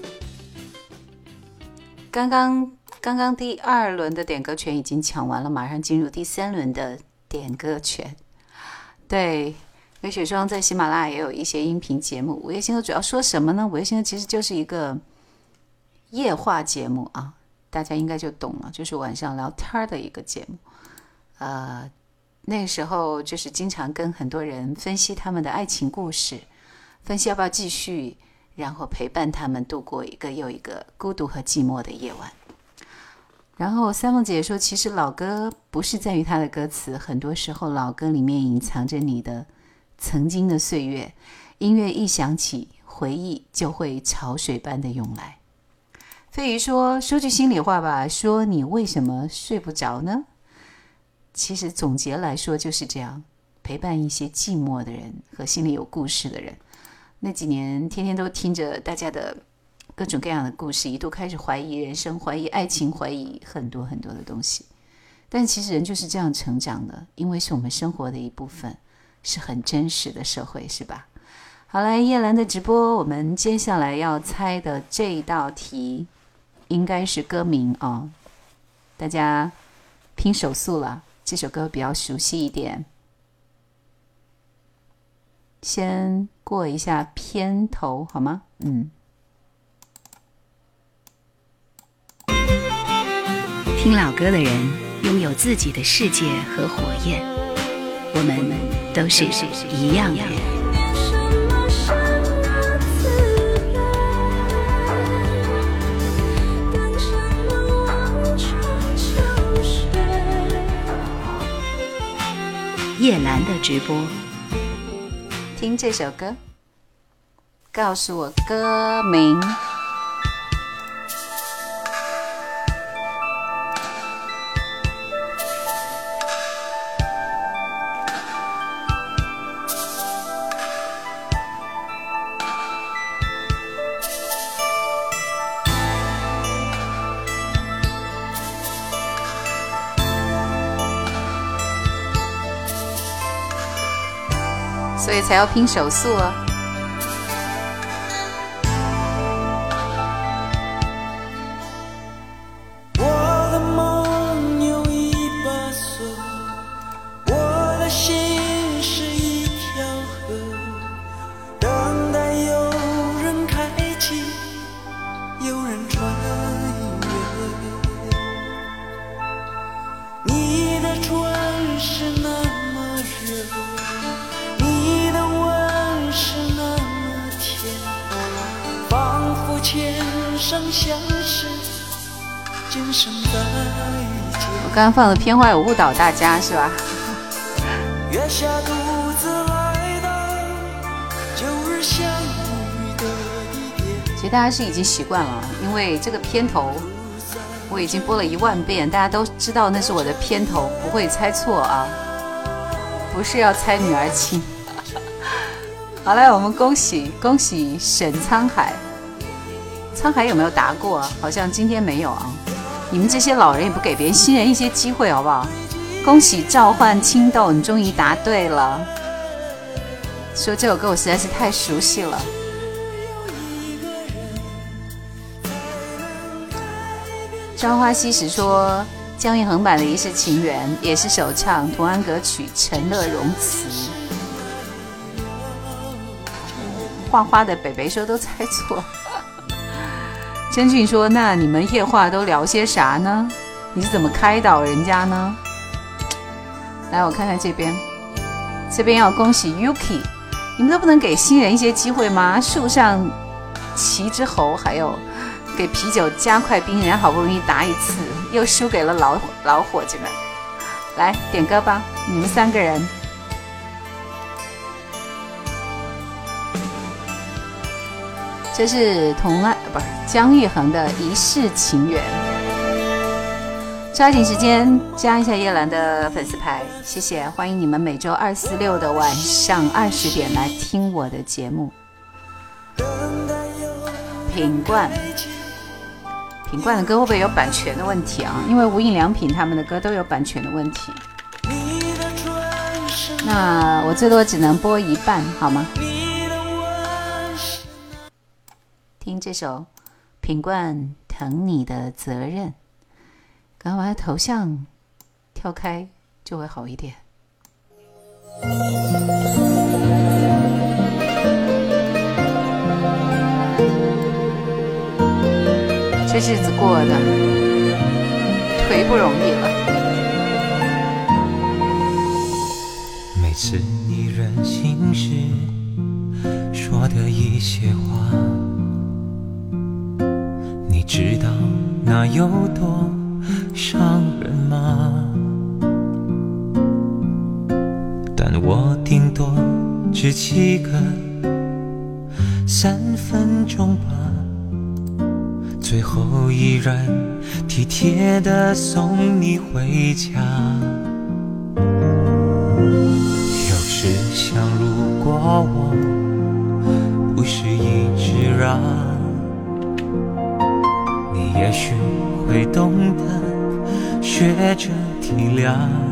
刚刚刚刚第二轮的点歌权已经抢完了，马上进入第三轮的点歌权。对，梅雪霜在喜马拉雅也有一些音频节目。午夜星河主要说什么呢？午夜星河其实就是一个夜话节目啊，大家应该就懂了，就是晚上聊天的一个节目。呃，那个时候就是经常跟很多人分析他们的爱情故事，分析要不要继续，然后陪伴他们度过一个又一个孤独和寂寞的夜晚。然后三凤姐说，其实老歌不是在于它的歌词，很多时候老歌里面隐藏着你的曾经的岁月，音乐一响起，回忆就会潮水般的涌来。飞鱼说，说句心里话吧，说你为什么睡不着呢？其实总结来说就是这样，陪伴一些寂寞的人和心里有故事的人。那几年天天都听着大家的各种各样的故事，一度开始怀疑人生，怀疑爱情，怀疑很多很多的东西。但其实人就是这样成长的，因为是我们生活的一部分，是很真实的社会，是吧？好来，叶兰的直播，我们接下来要猜的这一道题应该是歌名哦，大家拼手速了，这首歌比较熟悉一点。先过一下片头好吗？嗯。 听老歌的人拥有自己的世界和火焰，我们都是一样的人。叶兰的直播， 听这首歌，告诉我歌名。所以才要拼手速哦。 我的梦有一把锁，我的心是一条河，等待有人开启，有人穿越。你的唇是那么热，你的吻是那么甜，仿佛前生相识，今生再见。 我刚刚放的片花有误导大家是吧？ 月下独自来到旧日相遇的地点。 其实大家是已经习惯了，因为这个片头我已经播了一万遍，大家都知道那是我的片头，不会猜错啊，不是要猜女儿情。好嘞，我们恭喜恭喜沈沧海，沧海有没有答过啊？好像今天没有啊。你们这些老人也不给别人新人一些机会好不好？恭喜召唤青豆，你终于答对了。说这首歌我实在是太熟悉了。朝花夕拾说姜育恒版的《一世情缘》也是首唱，童安格曲，陈乐融词。画花的北北说都猜错。真俊说那你们夜话都聊些啥呢？你是怎么开导人家呢？来我看看这边，这边要恭喜 Yuki， 你们都不能给新人一些机会吗？树上骑只猴，还有给啤酒加快冰，人家好不容易答一次，又输给了老老伙计们。来点歌吧，你们三个人。这是童安不是姜育恒的《一世情缘》。抓紧时间加一下叶兰的粉丝牌，谢谢，欢迎你们每周二四六的晚上二十点来听我的节目。品冠，品冠的歌会不会有版权的问题啊？因为无印良品他们的歌都有版权的问题。那我最多只能播一半，好吗？听这首品冠疼你的责任，刚把头像跳开就会好一点。这日子过的忒不容易了。 每次你任性时说的一些话，你知道那有多伤人吗？但我顶多只记个三分钟吧，最后依然体贴地送你回家。有时想如果我不是一直让，你也许会懂得学着体谅，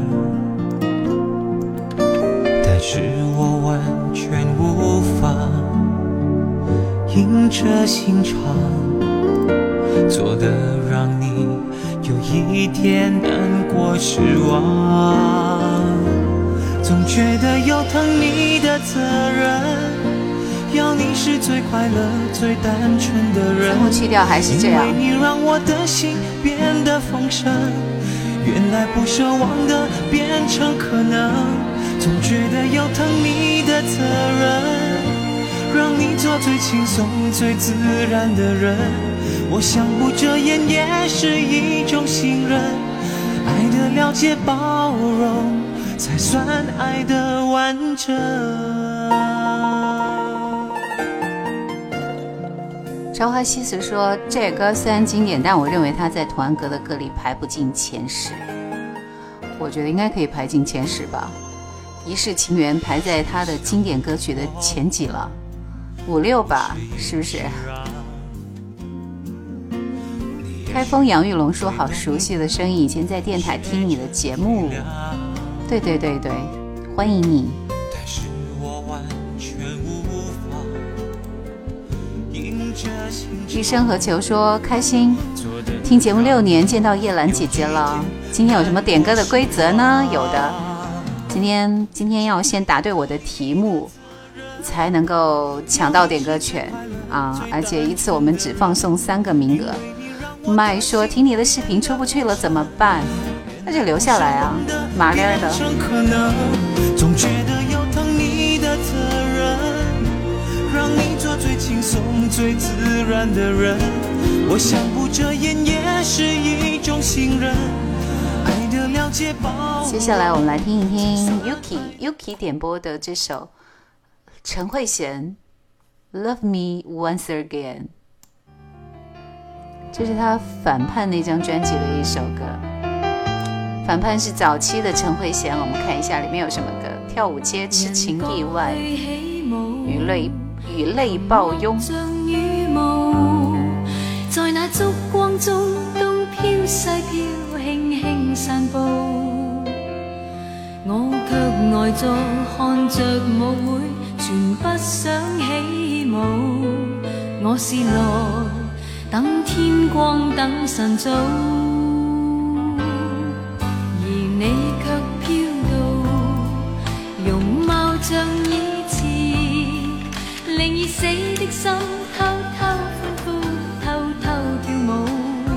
但是我完全无法硬着心肠做的让你有一点难过失望，总觉得有疼你的责任，要你是最快乐最单纯的人， 字幕去掉还是这样， 因为你让我的心变得丰盛，原来不奢望的变成可能，总觉得有疼你的责任，让你做最轻松最自然的人，我想不遮掩也是一种信任，爱的了解包容才算爱的完整。 朝花夕拾说，这歌虽然经典，但我认为它在童安格的歌里排不进前十。我觉得应该可以排进前十吧。一世情缘排在他的经典歌曲的前几了，五六吧，是不是？开封杨玉龙说，好熟悉的声音，以前在电台听你的节目。对对对对，欢迎你。一生何求说，开心听节目六年，见到叶兰姐姐了。今天有什么点歌的规则呢？有的，今天今天要先答对我的题目，才能够抢到点歌权啊！而且一次我们只放送三个名额。麦说，听你的视频出不去了怎么办？那就留下来啊，麻溜的。 总觉得有疼你的责任，让你做最轻松最自然的人，我想不遮掩也是一种信任，爱的了解包容。 接下来我们来听一听 Yuki Yuki 点播的这首陈慧娴 Love Me Once Again， 这是他反叛那张专辑的一首歌。反叛是早期的陈慧娴，我们看一下里面有什么歌。跳舞街、痴情意外、与泪与泪抱拥， 在那烛光中東飄西飄，輕輕散步。我卻呆坐看着舞會，全不想起舞。我是來等天光等晨早，而你卻飄到容貌像以前，令已死的心偷偷歡呼，偷偷跳舞。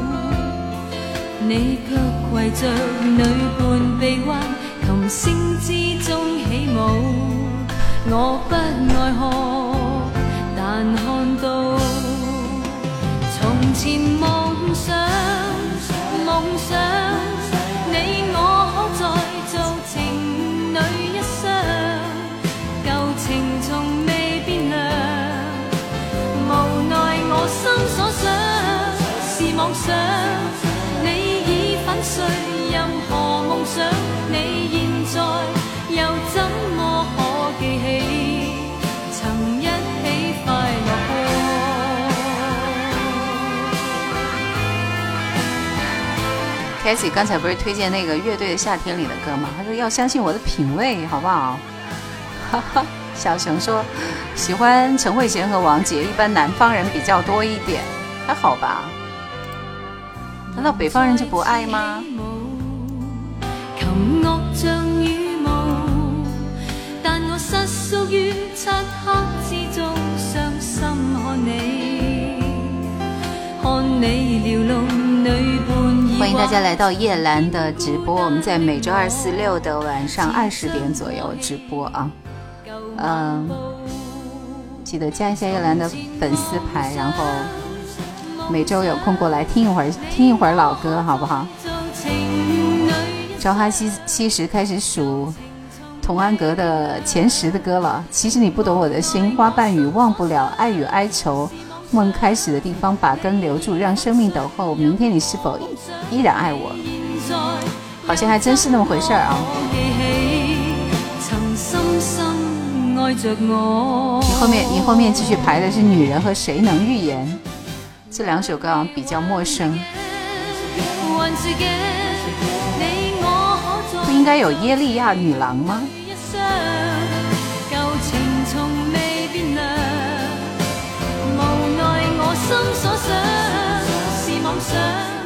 你卻攜着女伴臂彎，琴聲之中起舞。我不愛學，但看到從前夢想，夢想你我可再做情侶一雙，舊情從未變涼。無奈我心所想是妄想，你已粉碎任何夢想，你現在又怎麼可記起曾一起快樂過。 Cassie 剛才不是推薦那個樂隊的夏天裡的歌嗎？他說要相信我的品味，好不好？哈哈，小熊說喜歡陳慧嫻和王傑，一般南方人比較多一點，還好吧？難道北方人就不愛嗎？ 琴樂像羽毛，但我實屬於漆黑之中，傷心看你，看你撩弄女伴。 歡迎大家來到葉蘭的直播，我們在每周二、四、六的晚上二十點左右直播啊。嗯，記得加一下葉蘭的粉絲牌，然後每周有空過來聽一會兒，聽一會兒老歌，好不好？朝花夕夕拾開始數童安格的前十的歌了。其實你不懂我的心，花瓣雨忘不了，愛與哀愁，夢開始的地方，把根留住，讓生命等候，明天你是否依然愛我？好像還真是那麼回事啊。你後面你後面繼續排的是女人和誰能預言，這兩首歌好像比較陌生。不應該有耶利亞女郎嗎？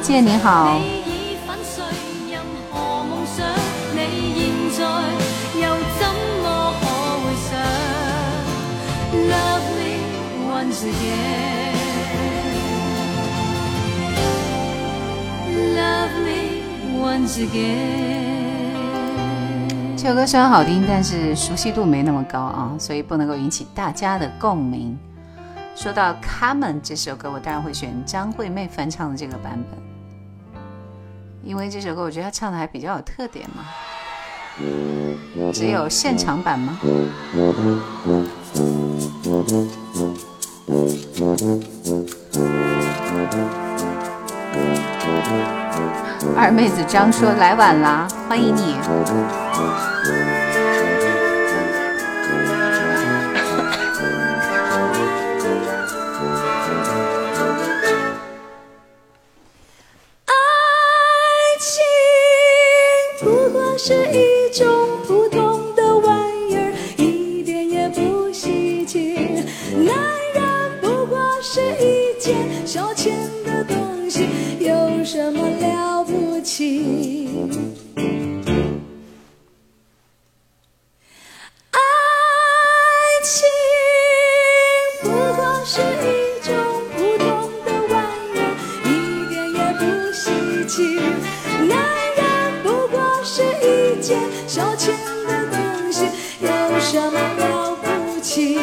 姐你好。这首歌虽然好听，但是熟悉度没那么高啊，所以不能够引起大家的共鸣。说到《Carmen》这首歌，我当然会选张惠妹翻唱的这个版本，因为这首歌我觉得她唱的还比较有特点嘛。只有现场版吗？二妹子张说来晚啦，欢迎你。 爱情不过是一种普通的玩意儿，一点也不稀奇。男人不过是一件消遣的东西，有什么了不起？爱情不过是一种普通的玩意儿，一点也不稀奇。男人不过是一件消遣的东西，有什么了不起？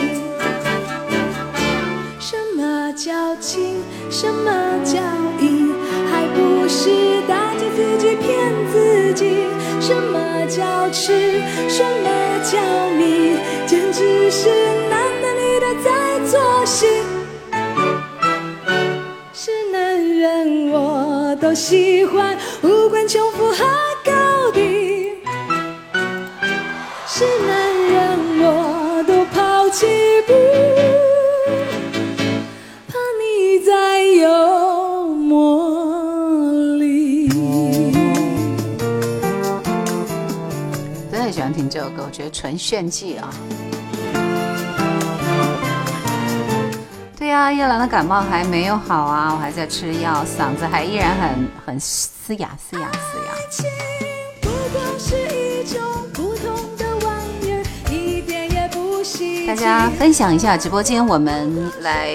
什么叫情？什么叫义？还不是带着自己骗自己？什么叫痴？什么叫迷？简直是男的女的在做戏。是男人我都喜欢，无关穷富和高低。是男人我都抛弃不，怕你再有魔力。 真的很喜欢听这首歌，我觉得纯炫技啊。对啊，叶兰的感冒还没有好啊，我还在吃药，嗓子还依然很很嘶哑嘶哑嘶哑。 爱情不过是一种普通的玩意儿，一点也不稀奇。 大家分享一下直播间，我们来，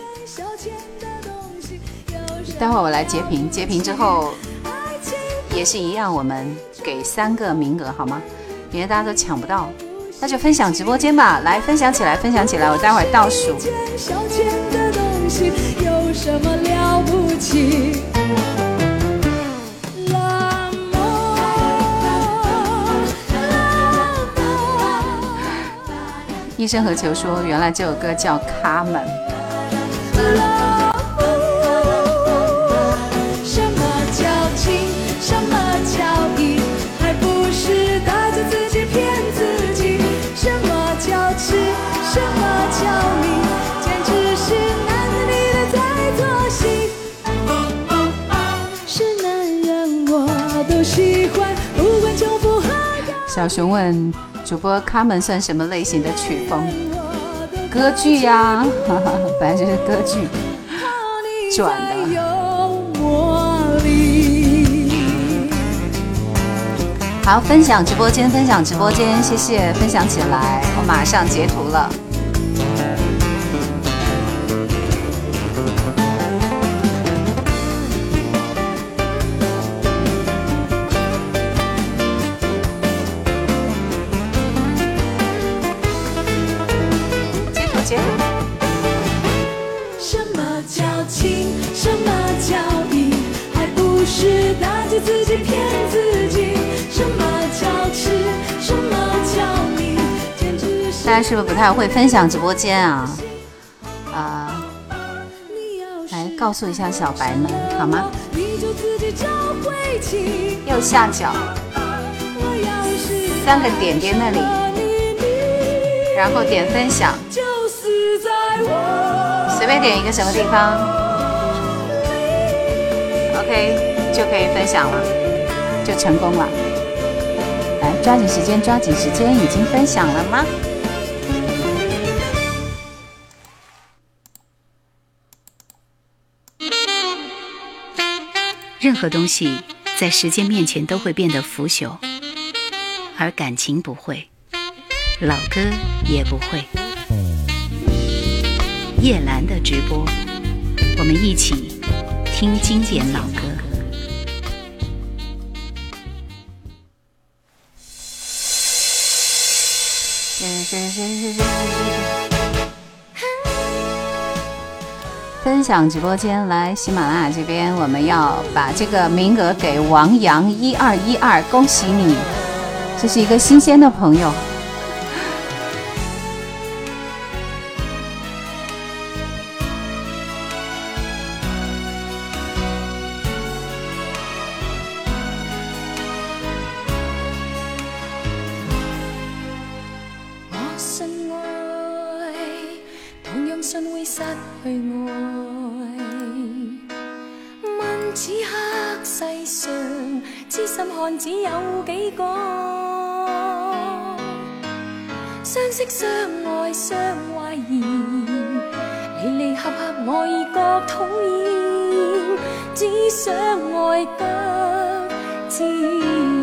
待会儿我来截屏，截屏之后也是一样，我们给三个名额好吗？别人大家都抢不到。那就分享直播间吧，来分享起来，分享起来，我待会儿倒数。 消遣的东西有什么了不起？ 医生和球说，原来这首歌叫《卡门》。 什么叫情？什么叫义？还不是带着自己骗自己？什么叫痴？什么叫迷？简直是男的女的在做戏。是男人我都喜欢，不管穷富和高。 小熊问主播，卡门算什么类型的曲风？歌剧呀、啊，本来就是歌剧转的。好，分享直播间，分享直播间，谢谢，分享起来，我马上截图了。截图，截图。 什么叫情？什么叫义？还不是带着自己骗自己？什么叫痴？什么叫迷？简直是。 大家是不是不太会分享直播间啊？啊、呃，来告诉一下小白们好吗？右下角三个点点那里，然后点分享，随便点一个什么地方 ，OK 就可以分享了，就成功了。来，抓紧时间，抓紧时间，已经分享了吗？ 任何东西在时间面前都会变得腐朽，而感情不会，老歌也不会。叶兰的直播，我们一起听经典老歌。 分享直播间，来喜马拉雅这边，我们要把这个名额给王洋一二一二，恭喜你，这是一个新鲜的朋友。 我信愛，同樣信會失去愛。問此刻世上知心漢子有幾個？相識相愛相懷疑，離離合合我已覺討厭，只想愛得自然。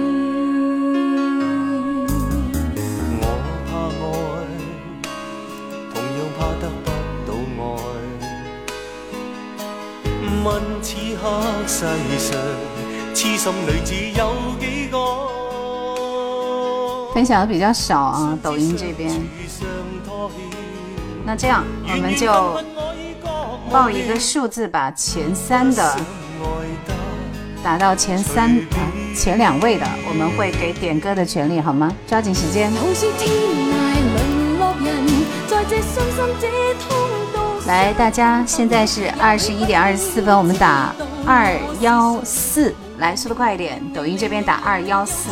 問此刻世上痴心女子有幾個？ 分享的比較少啊，抖音這邊。那這樣我們就報一個數字吧，前三的打到前三、啊、前兩位的，我們會給點歌的權利，好嗎？抓緊時間。來，大家現在是二十一點二十四分，我們打二幺四，來速度快一點，抖音這邊打二幺四。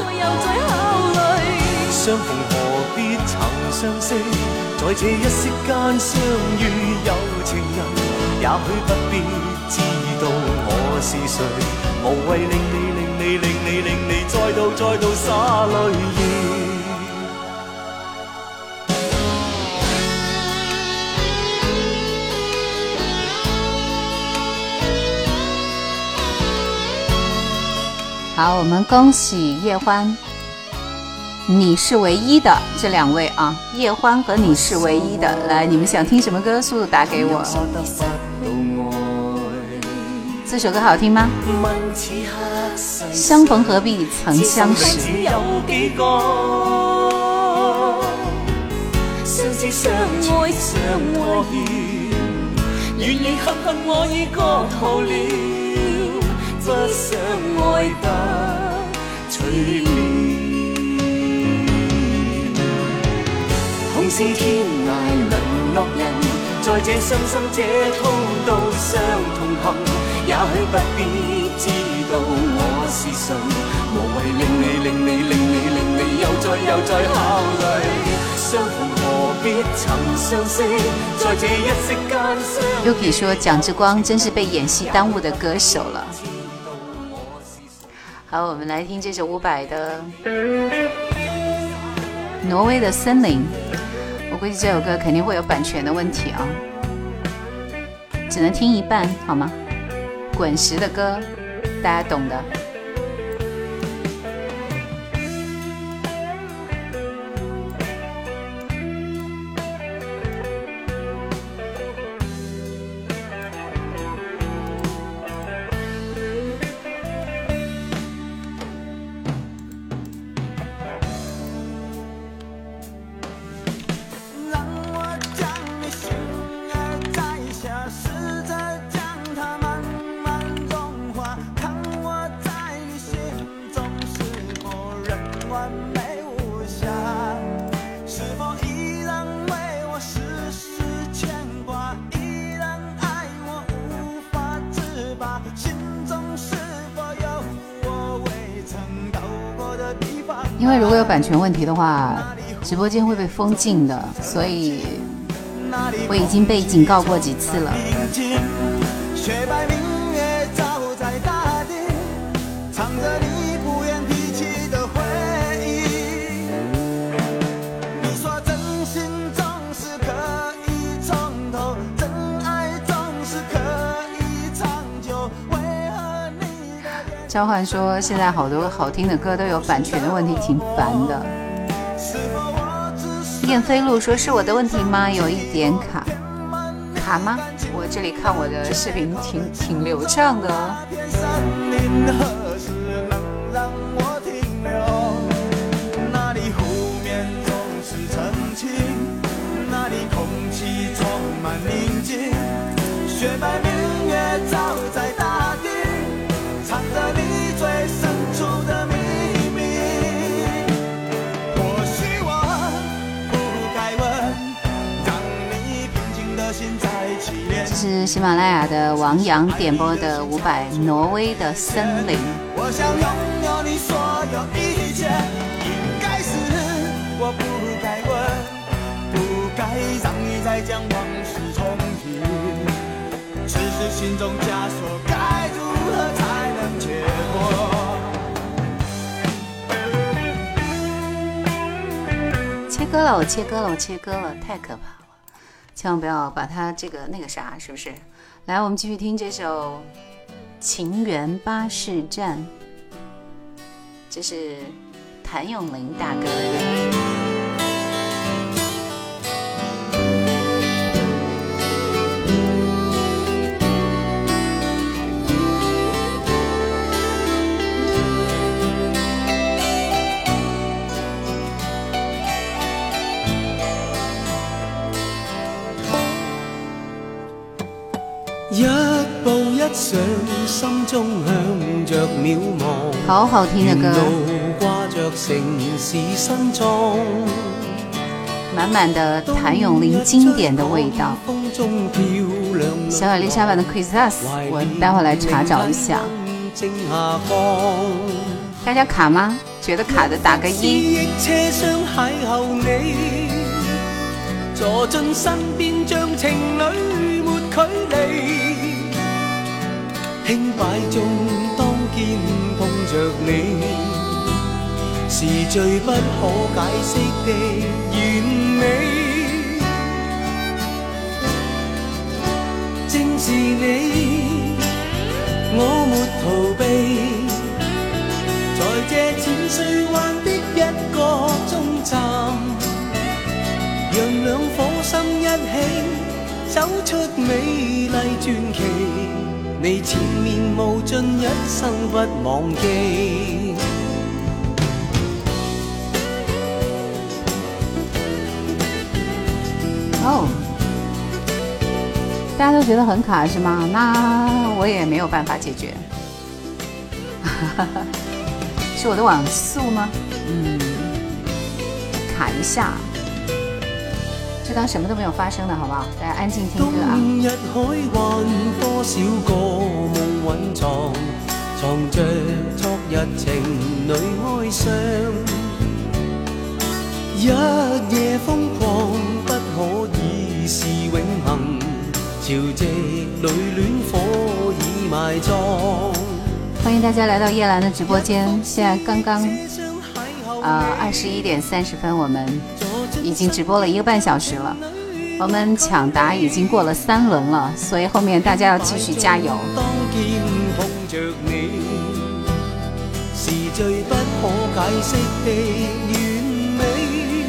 相逢何必曾相識，在這一息間相遇有情人，也許不必知道我是誰，無謂令你令你令你令你再度再度灑淚意。 好，我們恭喜葉歡，你是唯一的這兩位啊，葉歡和你是唯一的。來，你們想聽什麼歌？速度打給我。這首歌好聽嗎？相逢何必曾相識。相知相愛相愛願意合合我已覺討厭，不想愛得隨便。同是天涯淪落人，在這傷心這通道上同行，也許不必知道我是誰，無謂令你令你令你令你又再又再考慮。相逢何必曾相識，在這一息間相。Yuki 說蔣志光真是被演戲耽誤的歌手了。好，我們來聽這首伍佰的《挪威的森林》。我估計這首歌肯定會有版權的問題啊，只能聽一半，好嗎？滾石的歌，大家懂的。因为如果有版权问题的话，直播间会被封禁的，所以我已经被警告过几次了。雪白明月照在大地，藏着你不愿提起的回忆。你说真心总是可以从头，真爱总是可以长久，为何你的召唤说现在好多好听的歌都有版权的问题，挺烦的。燕飞路说是我的问题吗？有一点卡卡吗？我这里看我的视频挺挺流畅的哦。雪白明月照在大地，藏着你最深处的秘密。或许我不该问，让你平静的心再起涟。这是喜马拉雅的王洋点播的伍佰《挪威的森林》。我想拥有你所有一切，应该是我不该问，不该让你再将往事重提。只是心中枷锁，该如何才能解脱？切割了，我切割了，我切割了，太可怕了！千万不要把它这个那个啥，是不是？来，我们继续听这首《情缘巴士站》，这是谭咏麟大哥的。 一步一上，心中向着渺茫。 好好听的歌， 挂着城市新裝， 满满的谭咏麟经典的味道。小小丽莎版的 Quiz Us， 我待会来查找一下。大家卡吗？觉得卡的打个一。 車廂邂逅你，坐進身邊像情侶沒距離。輕擺中當肩碰着你，是最不可解釋的完美。正是你，我沒逃避，在這淺水灣的一個終站，讓兩顆心一起走出美麗傳奇。你前面無盡，一生不忘記。 哦，大家都觉得很卡是吗？那我也没有办法解决。是我的网速吗？嗯，卡一下。就当什么都没有发生的好不好？大家安静听歌啊。 冬日海灣多少個夢蘊藏，藏着昨日情侶哀傷。一夜瘋狂不可以是永恆，潮汐裏戀火已埋葬。 歡迎大家來到葉蘭的直播間，現在剛剛呃二十一點三十分，我們已經直播了一個半小時了，我們搶答已經過了三輪了，所以後面大家要繼續加油。當肩碰着你，是最不可解釋的完美。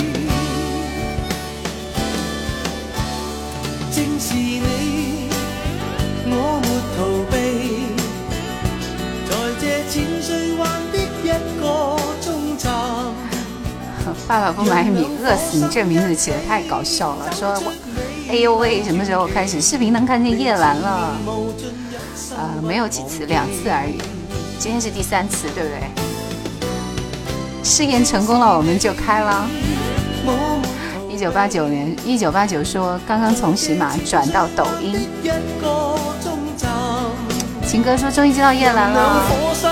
正是你，我沒逃避，在這淺水灣的一個終站。 爸爸不買米餓死你，這名字起得太搞笑了。說我哎呦喂，什麼時候開始視頻能看見葉蘭了？呃，沒有幾次，兩次而已。今天是第三次，對不對？試驗成功了，我們就開了。一九八九年，一九八九說剛剛從喜馬轉到抖音。情歌說終於知道葉蘭了。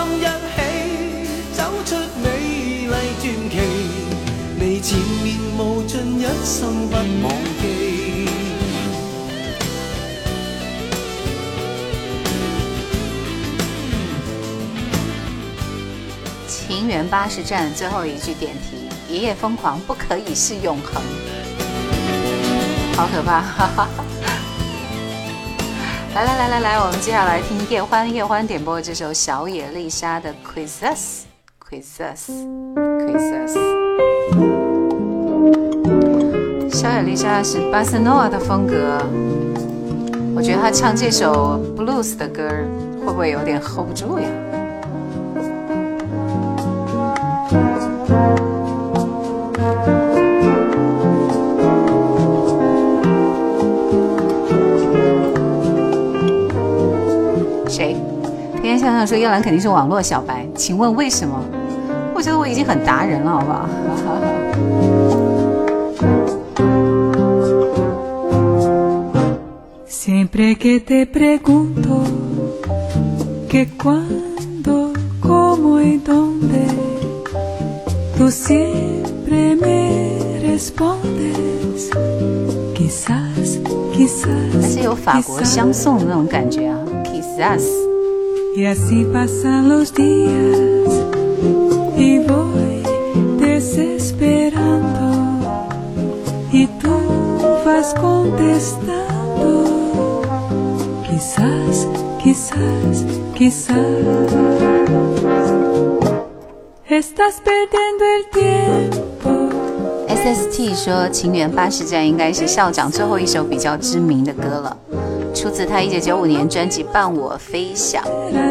你前面無盡，一生不忘記。情緣巴士站最後一句點題：一夜瘋狂不可以是永恆。好可怕！哈哈。 来来来来来，我们接下来听叶欢，叶欢点播这首小野丽莎的 Quizás Quizás Quizás。 小野丽莎是巴塞诺瓦的风格，我觉得她唱这首 blues 的歌会不会有点 hold 不住呀？谁？天天向上说叶兰肯定是网络小白，请问为什么？我觉得我已经很达人了，好不好？ Siempre que te pregunto que cuándo, cómo y dónde, tú siempre me respondes quizás, quizás. 还是有法国相送的那种感觉啊 ，Quizás。 Y así pasan los días y voy desesperando y tú vas contestando.Quizás, quizás, quizás estás perdiendo el tiempo。S S T 说情缘巴士站应该是校长最后一首比较知名的歌了，出自他一九九五年专辑《伴我飞翔》。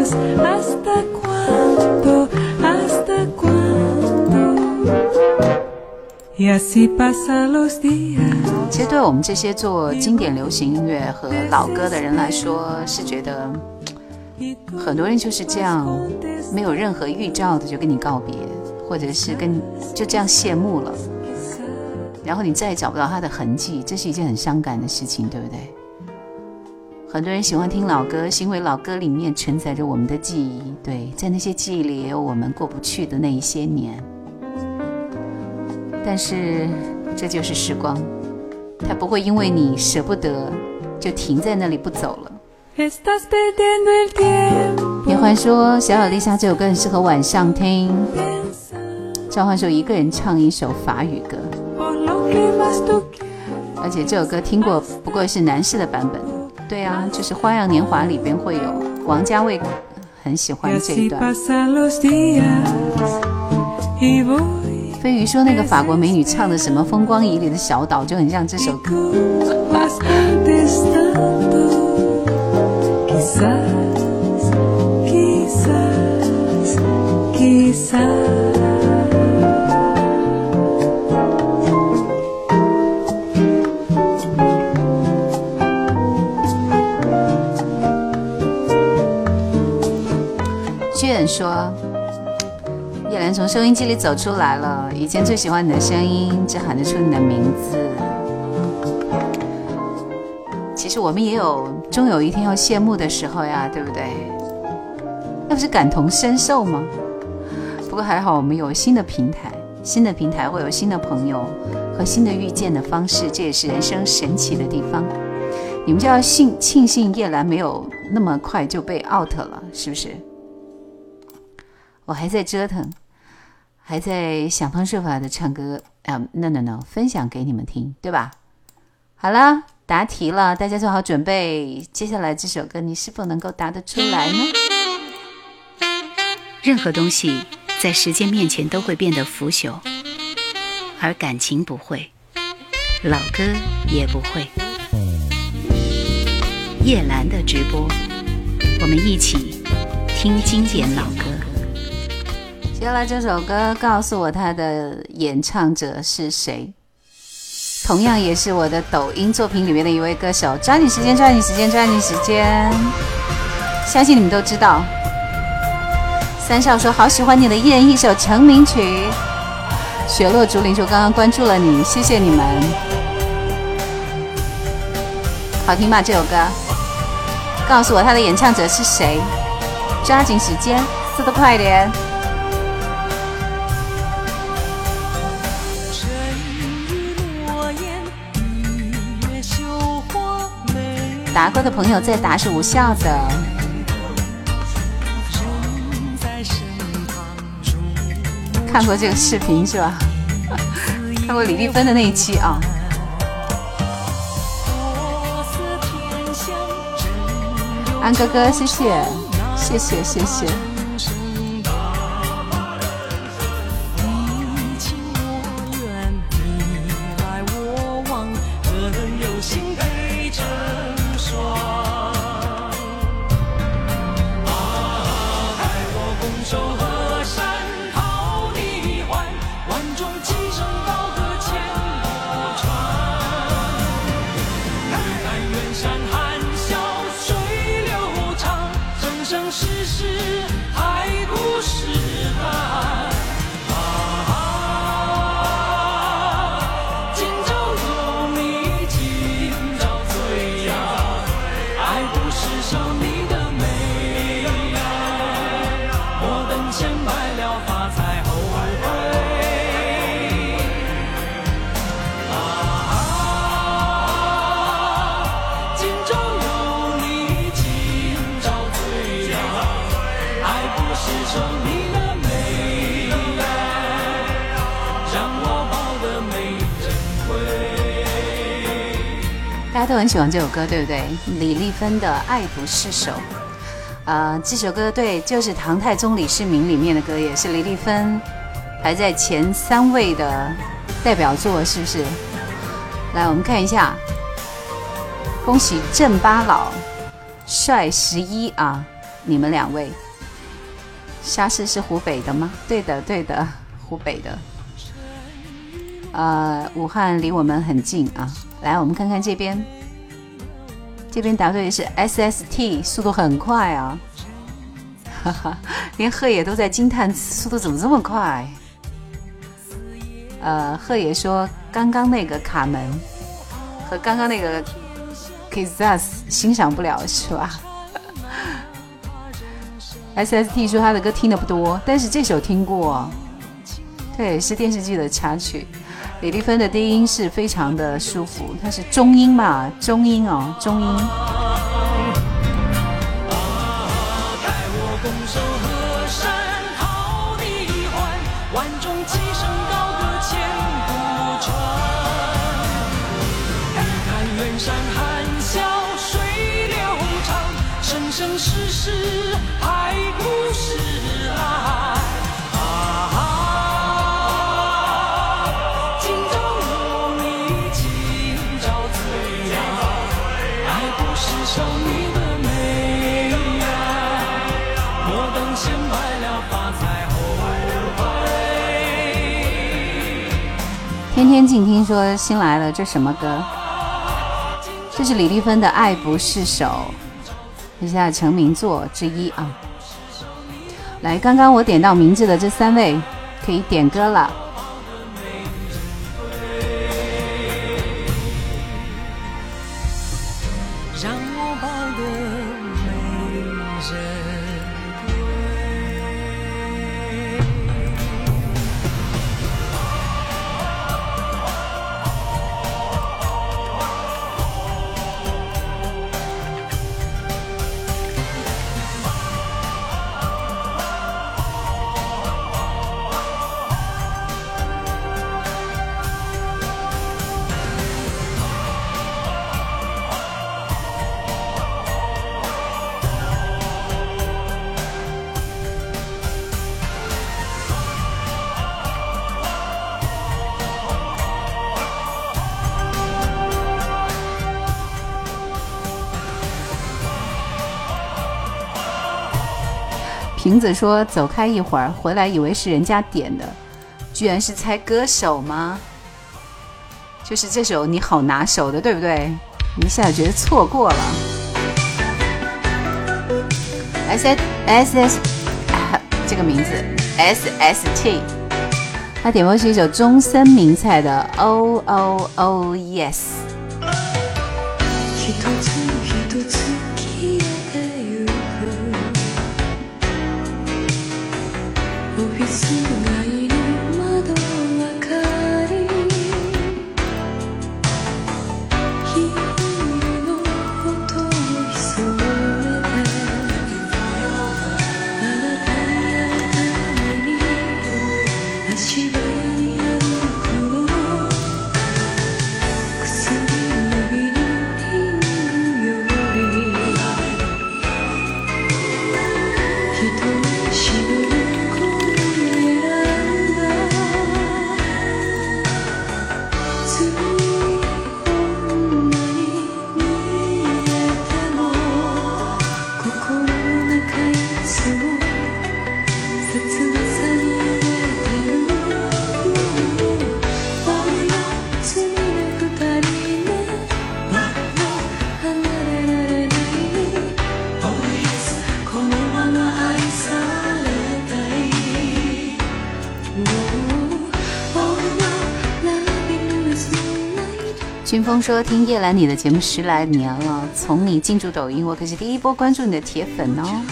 其实对我们这些做经典流行音乐和老歌的人来说，是觉得很多人就是这样没有任何预兆的就跟你告别，或者是跟就这样谢幕了，然后你再也找不到他的痕迹，这是一件很伤感的事情，对不对？很多人喜欢听老歌，是因为老歌里面承载着我们的记忆，对，在那些记忆里也有我们过不去的那一些年。但是这就是时光，它不会因为你舍不得就停在那里不走了。叶欢说小小丽莎这首歌很适合晚上听，召唤说一个人唱一首法语歌，而且这首歌听过不过是男士的版本。对啊，就是花样年华里边会有，王家卫很喜欢这一段。飞鱼说那个法国美女唱的什么风光旖旎的小岛就很像这首歌。卷说叶兰从收音机里走出来了，以前最喜欢你的声音，只喊得出你的名字。其实我们也有终有一天要谢幕的时候呀，对不对？那不是感同身受吗？不过还好我们有新的平台，新的平台会有新的朋友和新的遇见的方式，这也是人生神奇的地方。你们就要幸庆幸叶兰没有那么快就被 out 了，是不是？我还在折腾，还在想方设法的唱歌，啊 no no no 分享给你们听，对吧？好了，答题了，大家做好准备，接下来这首歌你是否能够答得出来呢？ 任何东西在时间面前都会变得腐朽，而感情不会，老歌也不会。叶兰的直播，我们一起听经典老歌。 接下来这首歌告诉我它的演唱者是谁，同样也是我的抖音作品里面的一位歌手。抓紧时间抓紧时间抓紧时间，相信你们都知道。三少说好喜欢你的一人一首成名曲。雪落竹林说刚刚关注了你，谢谢你们。好听吧这首歌？告诉我他的演唱者是谁，抓紧时间，速度快点。答过的朋友再答是无效的。看过这个视频是吧？看过李丽芬的那一期啊。 安哥哥，谢谢，谢谢，谢谢。大家都很喜欢这首歌，对不对？李丽芬的《爱不释手》，呃，这首歌对，就是唐太宗李世民里面的歌，也是李丽芬排在前三位的代表作，是不是？来，我们看一下，恭喜郑八老、帅十一啊，你们两位。沙市是湖北的吗？对的，对的，湖北的。呃，武汉离我们很近啊。来，我们看看这边，这边答对的是 S S T， 速度很快啊，哈哈，连贺野都在惊叹速度怎么这么快。呃，贺野说刚刚那个卡门和刚刚那个 Kizas 欣赏不了是吧？S S T 说他的歌听的不多，但是这首听过，对，是电视剧的插曲。李丽芬的低音是非常的舒服，它是中音嘛，中音哦，中音。天天静听说新来了，这什么歌？这是李丽芬的《爱不释手》，这是她的成名作之一啊。来，刚刚我点到名字的这三位可以点歌了。让我抱得没人瓶子说走开一会儿，回来以为是人家点的，居然是猜歌手吗？就是这首你好拿手的，对不对？一下觉得错过了。S S S S、啊、这个名字 S S T， 他点播是一首中森明菜的 Oh Oh Oh Yes。 军峰说听叶兰你的节目十来年了，从你进驻抖音我可是第一波关注你的铁粉哦。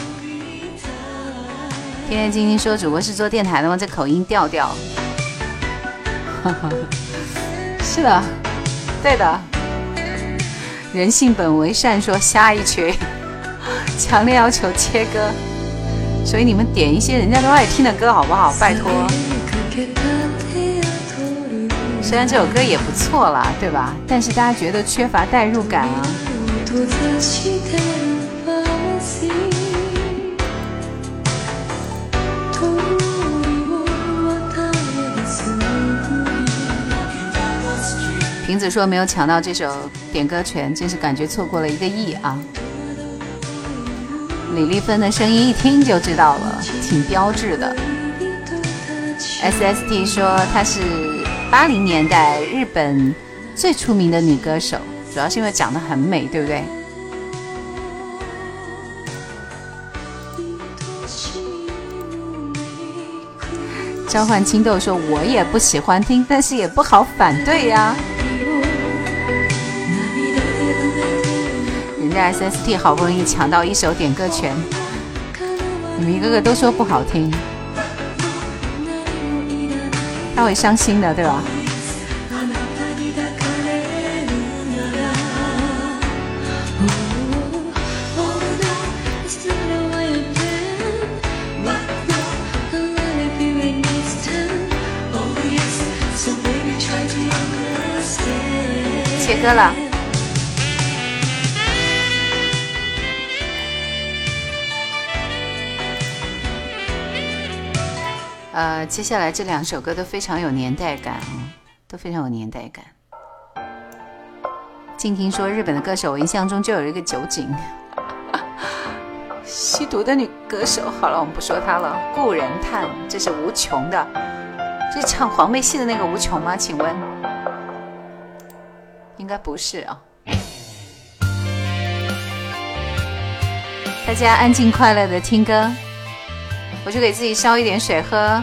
天天晶晶说主播是做电台的吗？这口音调调是的，对的。人性本为善说下一曲强烈要求切歌，所以你们点一些人家都爱听的歌好不好？拜托。虽然这首歌也不错啦，对吧？但是大家觉得缺乏代入感啊。瓶子说没有抢到这首点歌权，真是感觉错过了一个亿啊！李丽芬的声音一听就知道了，挺标致的。S S T 说她是八零年代日本最出名的女歌手，主要是因为长得很美，对不对？召唤青豆说我也不喜欢听，但是也不好反对呀。人家 S S T 好不容易抢到一首点歌权，你们一个个都说不好听，他会伤心的，对吧？切歌了。呃，接下来这两首歌都非常有年代感啊，都非常有年代感。静听说日本的歌手，我印象中就有一个酒井，吸毒的女歌手。好了，我们不说她了。故人叹，这是无穷的，这是唱黄梅戏的那个无穷吗？请问，应该不是啊。大家安静快乐的听歌。我就给自己烧一点水喝。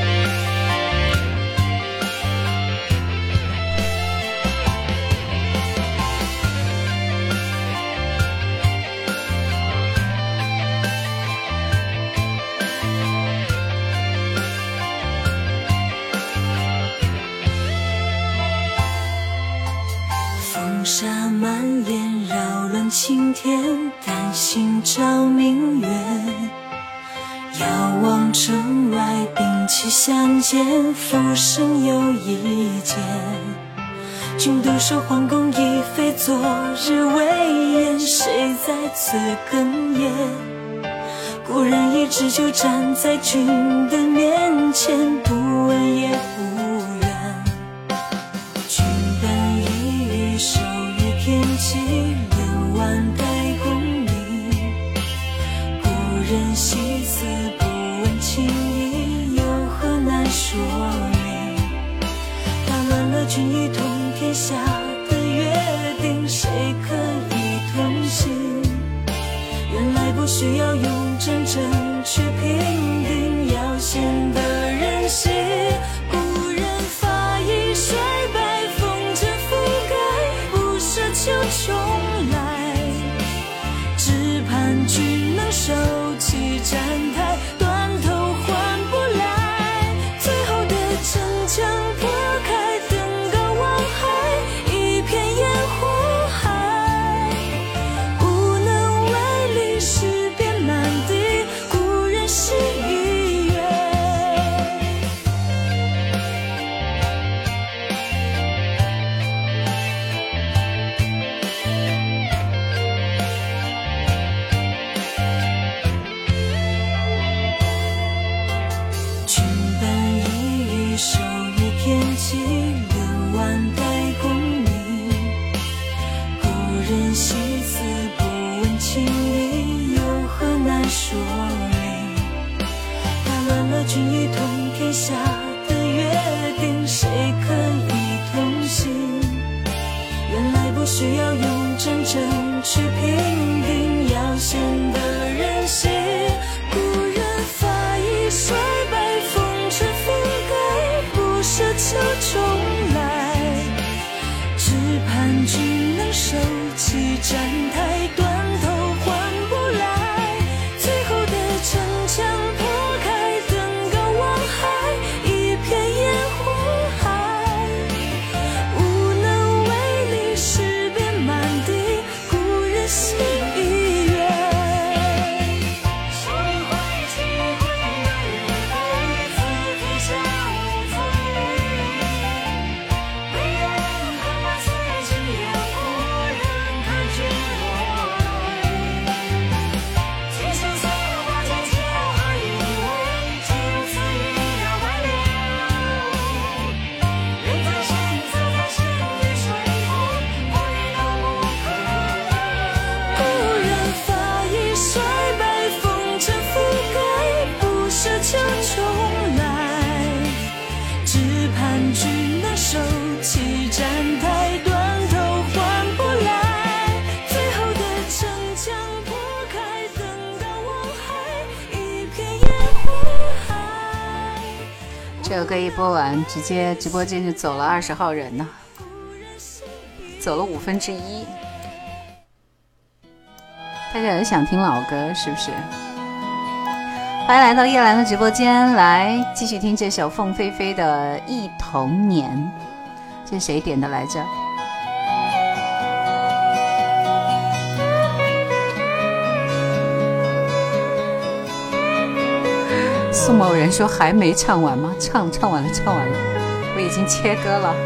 风沙蔓延，扰乱青天，担心照明月。遥望城外，兵器相见，浮生又一剑。君独守皇宫，亦非昨日微言。谁在此哽咽？故人一直就站在君的面前，不问也不怨。君本一羽，守于天际，两万代功名。故人西辞，不问情意，有何难说明？打乱了君一统天下的约定，谁可以同行？原来不需要用真正去评定，要显得人心。故人发一衰败，风尘覆盖，不奢求重来。只盼君能收起站台，断头换不来。最后的城墙破开，登高望海，一片烟火海。无能为力，诗篇满地，故人是一月。君本一羽，守于天际，两万代功名。故人西辞，不问情意，有何难说明？打乱了君一统天下的约定，谁可以同行？原来不需要用真正去评定，要显得人心。故人发一衰败，风尘覆盖，不奢求重来。只盼这首歌一播完，直接直播间就走了二十号人呢，走了五分之一。大家也想听老歌是不是？欢迎来到叶兰的直播间，来继续听这首凤飞飞的《忆童年》。这是谁点的来着？宋某人说还没唱完吗？唱唱完了，唱完了，我已经切歌了。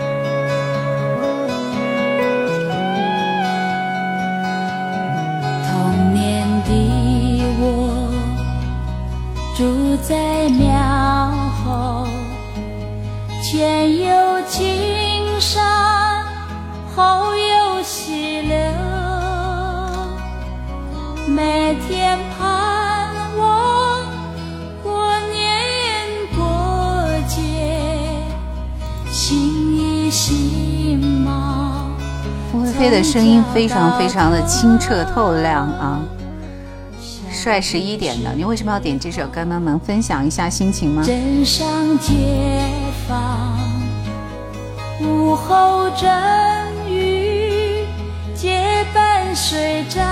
童年的我住在庙后，前有青山，后有溪流，每天盼望过年过节，心依心毛。 凤飞飞的声音非常非常的清澈透亮啊！帅十一点的，你为什么要点这首歌呢？能分享一下心情吗？ 镇上街坊，午后阵雨，结伴水战，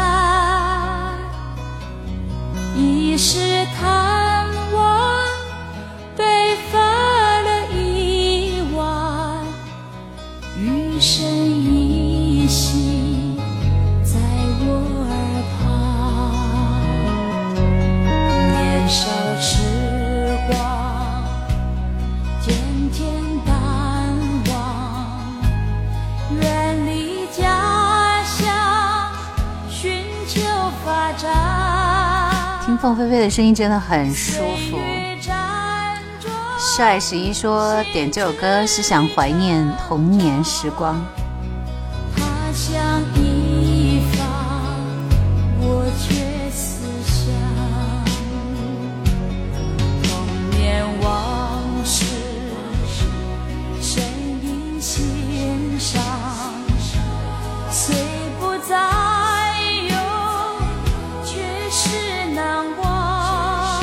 一时贪玩，被罚了一晚，余生依稀在我耳旁。年少时光渐渐淡忘，远离家乡寻求发展。 听凤飞飞的声音真的很舒服。帅十一说点这首歌是想怀念童年时光。 他乡一方，我却思乡。童年往事，深印心上，虽不再有，却是难忘。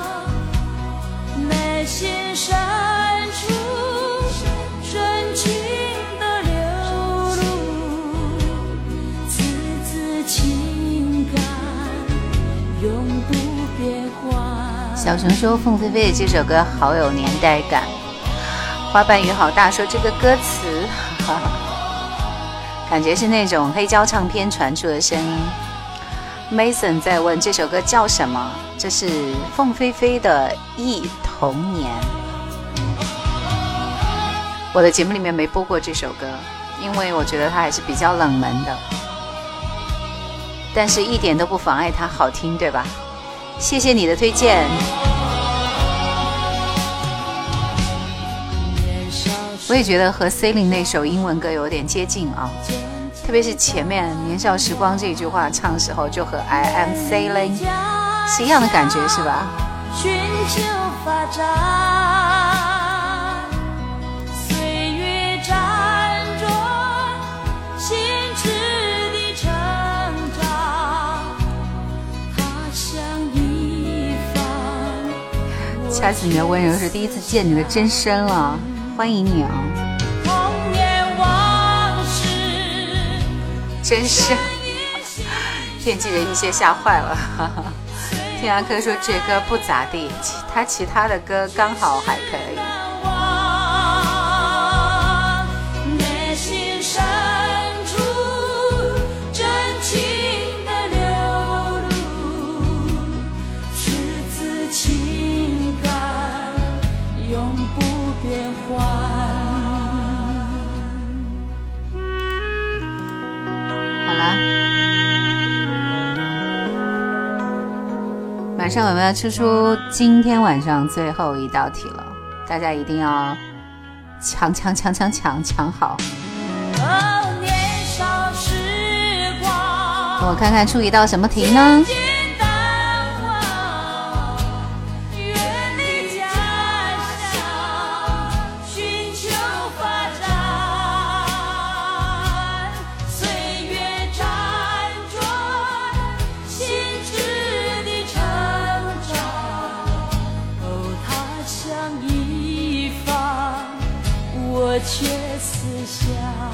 内心深处深情的流露，字字情感永不变换。 小熊说凤飞飞的这首歌好有年代感。花瓣雨好大说这个歌词哈哈感觉是那种黑胶唱片传出的声音。 Mason 在问这首歌叫什么，这是凤飞飞的《忆童年》。我的节目里面没播过这首歌，因为我觉得它还是比较冷门的，但是一点都不妨碍它好听，对吧？谢谢你的推荐。我也觉得和 Celine 那首英文歌有点接近啊，特别是前面年少时光这句话唱的时候，就和 I am Celine 是一样的感觉，是吧？ 寻求发展，岁月辗转，心智的成长，他乡一方。 恰似你的温柔是第一次见你的真身了，欢迎你啊！ 童年往事， 真是惦记人一些吓坏了。天涯哥说这歌不咋地，他其他的歌刚好还可以。 内心深处真情的流露，赤子情感永不变换。 好了，马上我们要出出今天晚上最后一道题了，大家一定要抢抢抢抢抢抢好。 哦，年少时光， 我看看出一道什么题呢？ 却撕下。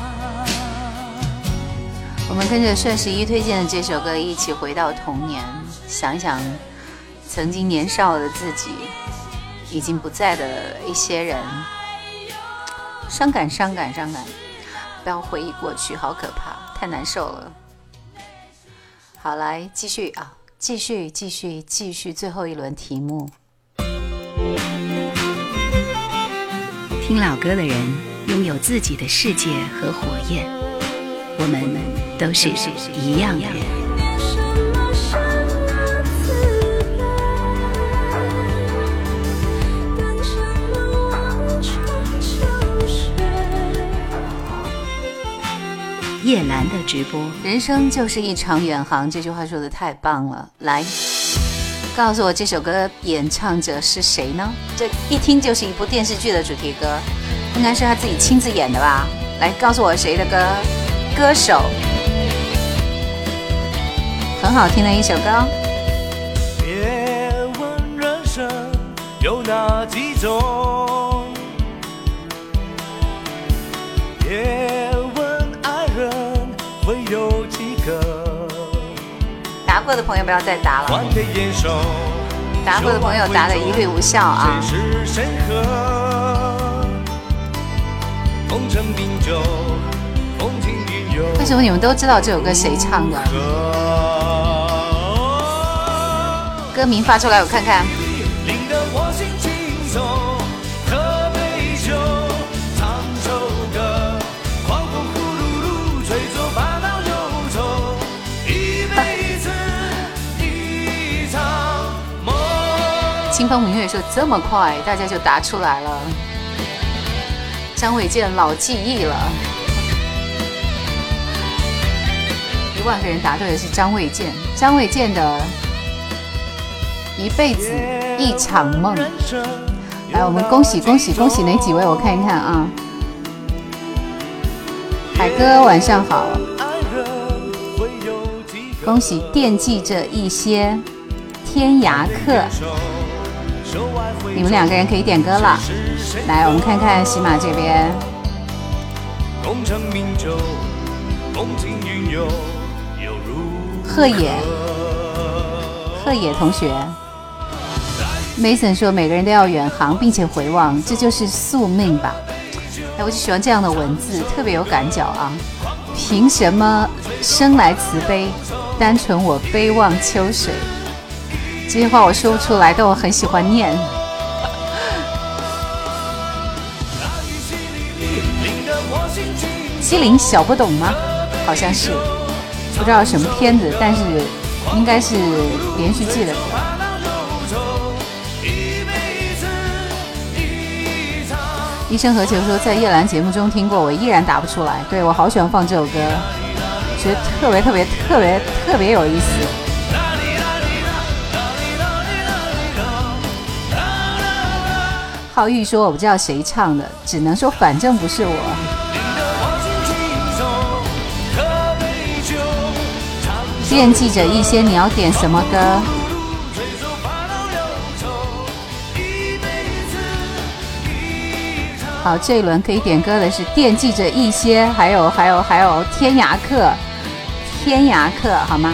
我们跟着顺十一推荐的这首歌一起回到童年，想一想曾经年少的自己，已经不在的一些人，伤感伤感伤感，不要回忆过去，好可怕，太难受了。好，来继续啊，继续继续继续最后一轮题目。 听老歌的人拥有自己的世界和火焰，我们都是一样的人。叶兰的直播， 人生就是一场远航，这句话说的太棒了。来，告诉我这首歌演唱者是谁呢？这一听就是一部电视剧的主题歌，应该是他自己亲自演的吧？来，告诉我谁的歌？歌手，很好听的一首歌。 别问人生有哪几种，别问爱人会有几个。 答过的朋友不要再答了， 还给眼手， 答过的朋友答的一律无效啊！ 谁是谁和功成名就，风景云游。 为什么你们都知道这首歌谁唱的？歌名发出来我看看。 令得我心情重，喝杯酒，唱首歌，狂风呼噜噜，吹走烦恼忧愁，一辈子一场梦。 清风明月说这么快大家就答出来了，张卫健老记忆了，一万个人答对的是张卫健，张卫健的一辈子一场梦。来，我们恭喜恭喜恭喜哪几位？我看一看啊。海哥晚上好，恭喜惦记着一些天涯客，你们两个人可以点歌了。来，我们看看喜马这边。贺野，贺野同学 ，Mason 说每个人都要远航，并且回望，这就是宿命吧。哎，我就喜欢这样的文字，特别有感脚啊。凭什么生来慈悲，单纯我悲望秋水？这些话我说不出来，但我很喜欢念。西林小不懂吗？好像是，不知道什么片子，但是应该是连续剧的歌。医生何求说在叶兰节目中听过，我依然答不出来。对，我好喜欢放这首歌，觉得特别特别特别特别有意思。浩玉说我不知道谁唱的，只能说反正不是我。惦记着一些，你要点什么歌？好，这一轮可以点歌的是惦记着一些，还有还有还有天涯客，天涯客好吗？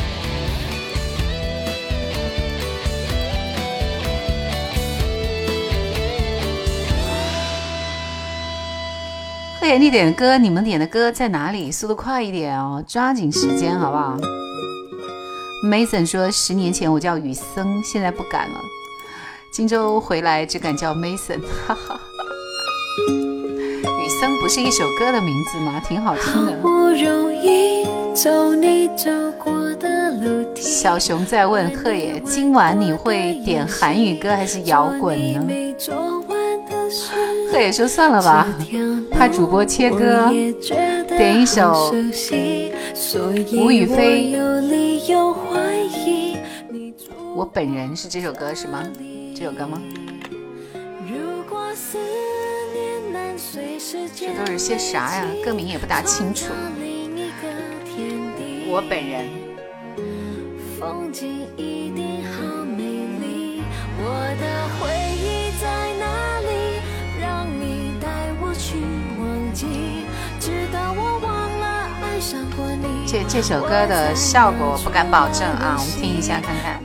贺岩，你点的歌，你们点的歌在哪里？速度快一点哦，抓紧时间好不好 ？Mason 说，十年前我叫雨森，现在不敢了。荆州回来只敢叫 Mason， 哈哈。雨森不是一首歌的名字吗？挺好听的。走你走过的路梯。小熊在问贺野，今晚你会点韩语歌还是摇滚呢？贺野说算了吧，怕主播切歌，点一首吴雨霏。我本人是这首歌是吗？这首歌吗？这都是些啥呀？歌名也不大清楚。我本人。风景一定好美丽，我的回忆在哪里？让你带我去。 这这首歌的效果不敢保证啊，我们听一下看看。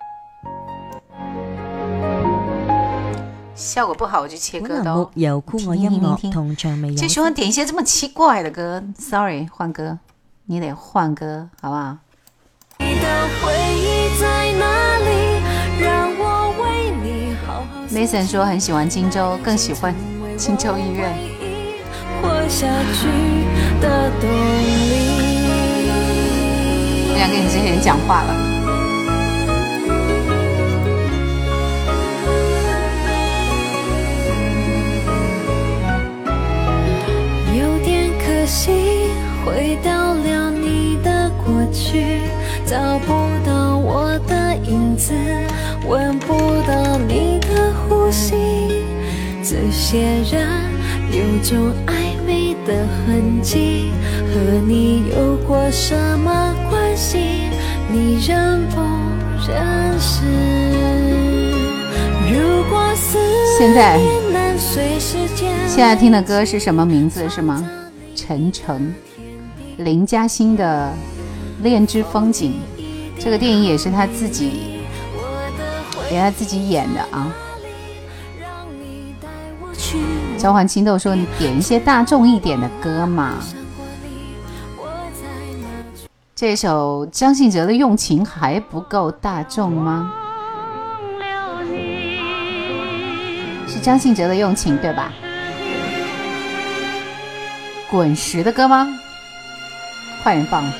效果不好我就切歌刀。 由酷我音樂同薔薇就喜歡點一些這麼奇怪的歌 ，sorry， 換歌，你得換歌，好不好？你的回憶在哪裡？讓我為你好好。Mason 說很喜歡荊州，更喜歡荊州醫院。活下去的動力。不想跟你這些人講話了。回到了你的過去，找不到我的影子，聞不到你的呼吸，這些人有種曖昧的痕跡，和你有過什麼關係？你認不認識？如果思念難隨時間，現在聽的歌是什麼名字是嗎？陳誠。林嘉欣的《戀之風景》，這個電影也是他自己，也他自己演的啊。召喚青豆說：“你點一些大眾一點的歌嘛。”這首張信哲的《用情》還不夠大眾嗎？是張信哲的《用情》對吧？滾石的歌嗎？快點放！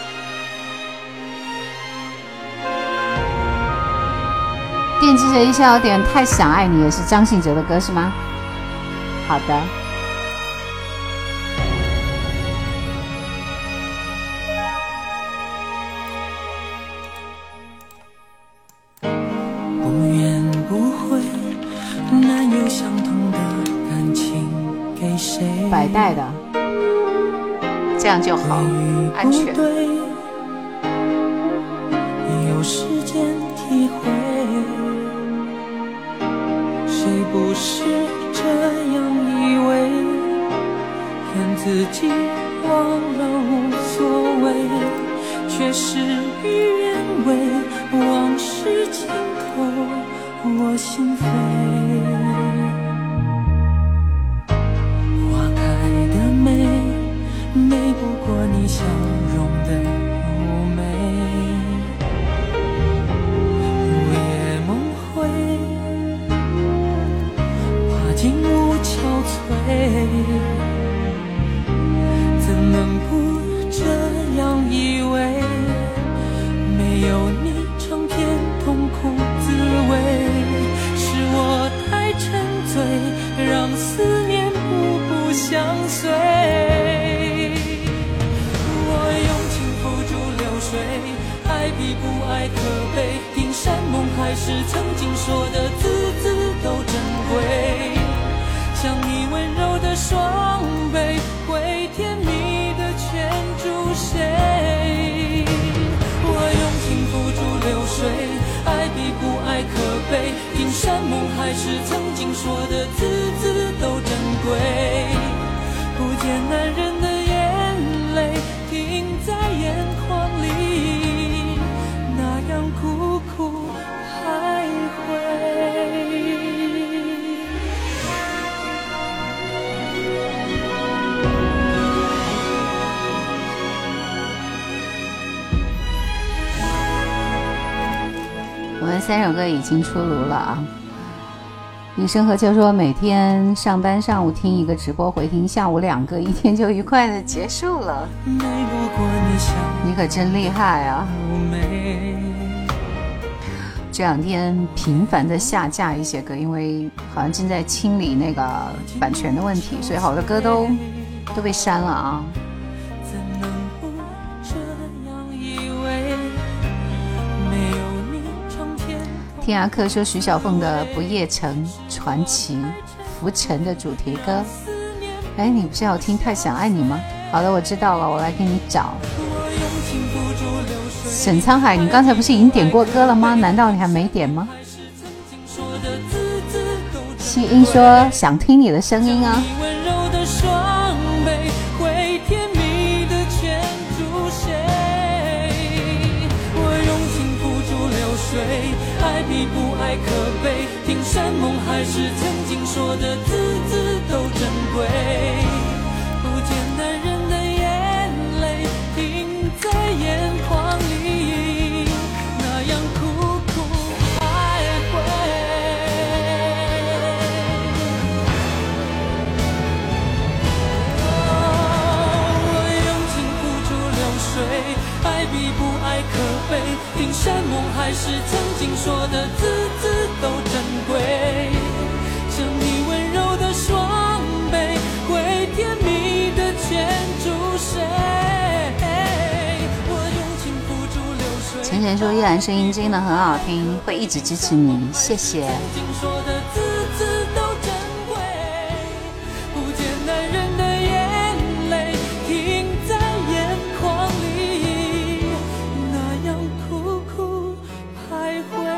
電之者一笑點太想愛你也是張信哲的歌是嗎？好的。 不怨不悔，难有相同的感情給誰？ 百代的。這樣就好，安全。 有時間體會，誰不是這樣以為，騙自己忘了無所謂，卻事與願違，往事盡透我心扉。花開的美美不過你笑容的嫵媚，午夜夢回，怕景物憔悴，怎能不這樣以為？沒有你嘗遍痛苦滋味，是我太沉醉，讓思念步步相隨。愛比不愛可悲，聽山盟海誓曾經說的字字都珍貴，像你溫柔的雙臂，會甜蜜的牽住誰？我用情付諸流水，愛比不愛可悲，聽山盟海誓曾經說的字字都珍貴，不見男人的眼淚停在眼眶裡，苦苦徘徊。 我们三首歌已经出炉了啊！雨生和秋说，每天上班上午听一个直播，回听下午两个，一天就愉快的结束了。你可真厉害啊！这两天频繁的下架一些歌，因为好像正在清理那个版权的问题，所以好多歌都都被删了啊。天涯客说徐小凤的《不夜城传奇》浮沉的主题歌。哎，你不是要听太想爱你吗？好的，我知道了，我来给你找。沈沧海，你刚才不是已经点过歌了吗？难道你还没点吗？希音说想听你的声音啊。 温柔的双臂会甜蜜的牵住谁？ 比不爱可悲，听山盟海誓曾经说的字字都珍贵，不见男人的眼泪停在眼眶里，那样苦苦徘徊。我用情付诸流水，爱比不爱可悲，听山盟海誓曾经说的字字都珍贵，像你温柔的双臂，会甜蜜的牵住谁？我用情付诸流水。 晨晨说依然声音真的很好听，会一直支持你，谢谢。 曾经说的字字都珍贵，不见男人的眼泪停在眼眶里，那样苦苦徘徊。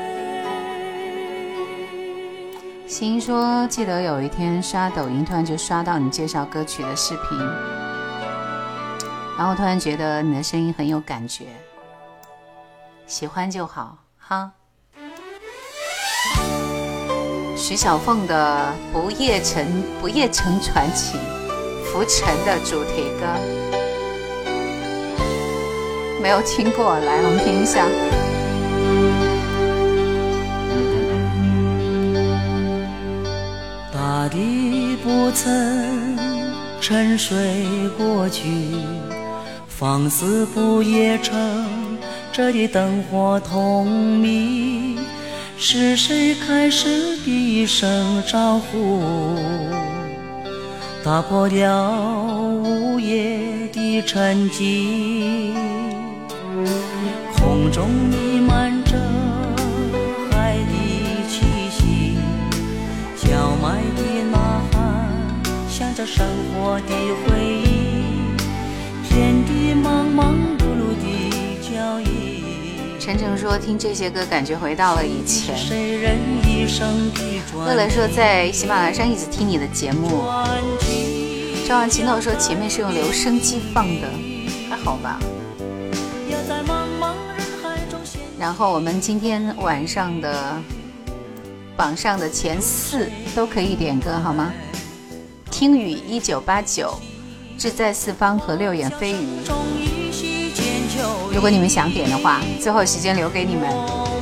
欣说记得有一天刷抖音，突然就刷到你介绍歌曲的视频，然后突然觉得你的声音很有感觉，喜欢就好哈。徐小凤的不夜城不夜城传奇，浮沉的主题歌没有听过，来我们听一下。 大地不曾沉睡过去，放肆不夜城，这里灯火通明，是谁开始低声招呼，打破了午夜的沉寂，空中弥漫着海的气息，叫卖的呐喊像着生活的回忆，天地忙忙碌碌的脚印。 晨晨说听这些歌感觉回到了以前。乐乐说在喜马拉雅上一直听你的节目。赵婉琪诺说前面是用留声机放的，还好吧。然后我们今天晚上的榜上的前四都可以点歌好吗？听雨一九八九，志在四方和六眼飞鱼。如果你们想点的话，最后时间留给你们。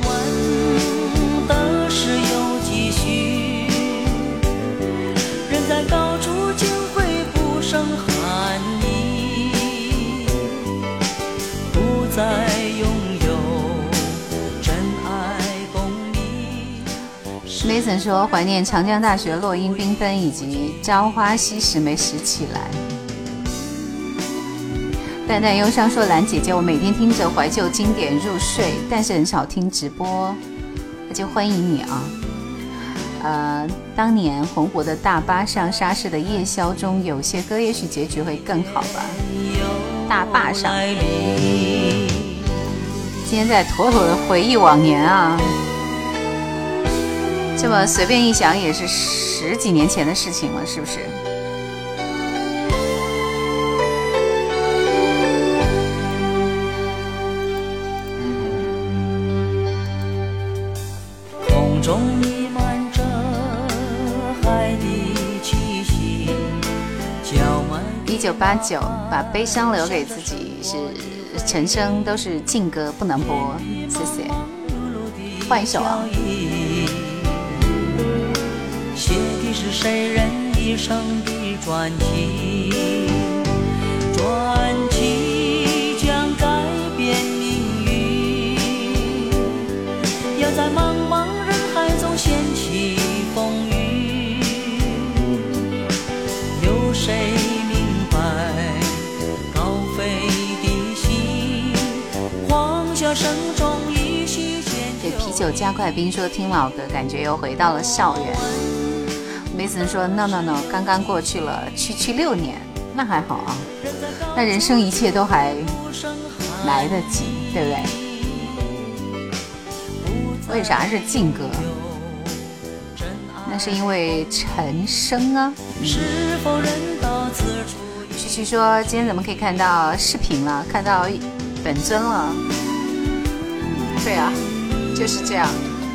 的事有几许，人在高处竟会不胜寒意，不再拥有真爱共鸣。 Mason 说怀念长江大学落英缤纷以及朝花夕拾没拾起来。淡淡忧伤说兰姐姐我每天听着怀旧经典入睡，但是很少听直播，那就欢迎你啊。呃，当年红火的大巴上沙士的夜宵中有些歌也许结局会更好吧。大坝上今天在妥妥的回忆往年啊，这么随便一想也是十几年前的事情了，是不是？ 空中弥漫着海的气息， 一九八九把悲伤留给自己是陈升，都是禁歌不能播，谢谢。换一首啊。 写的是谁人一生的传奇，传奇将改变命运，要在茫茫人海中掀起风雨，有谁明白高飞的心，黄霞声中依稀见。 给啤酒加快冰说听老歌感觉又回到了校园。梅森说 no no no 刚刚过去了区区六年，那还好啊，那人生一切都还来得及，对不对？为啥是禁歌？那是因为陈升啊。曲曲说今天怎么可以看到视频了，看到本尊了。对啊，就是这样。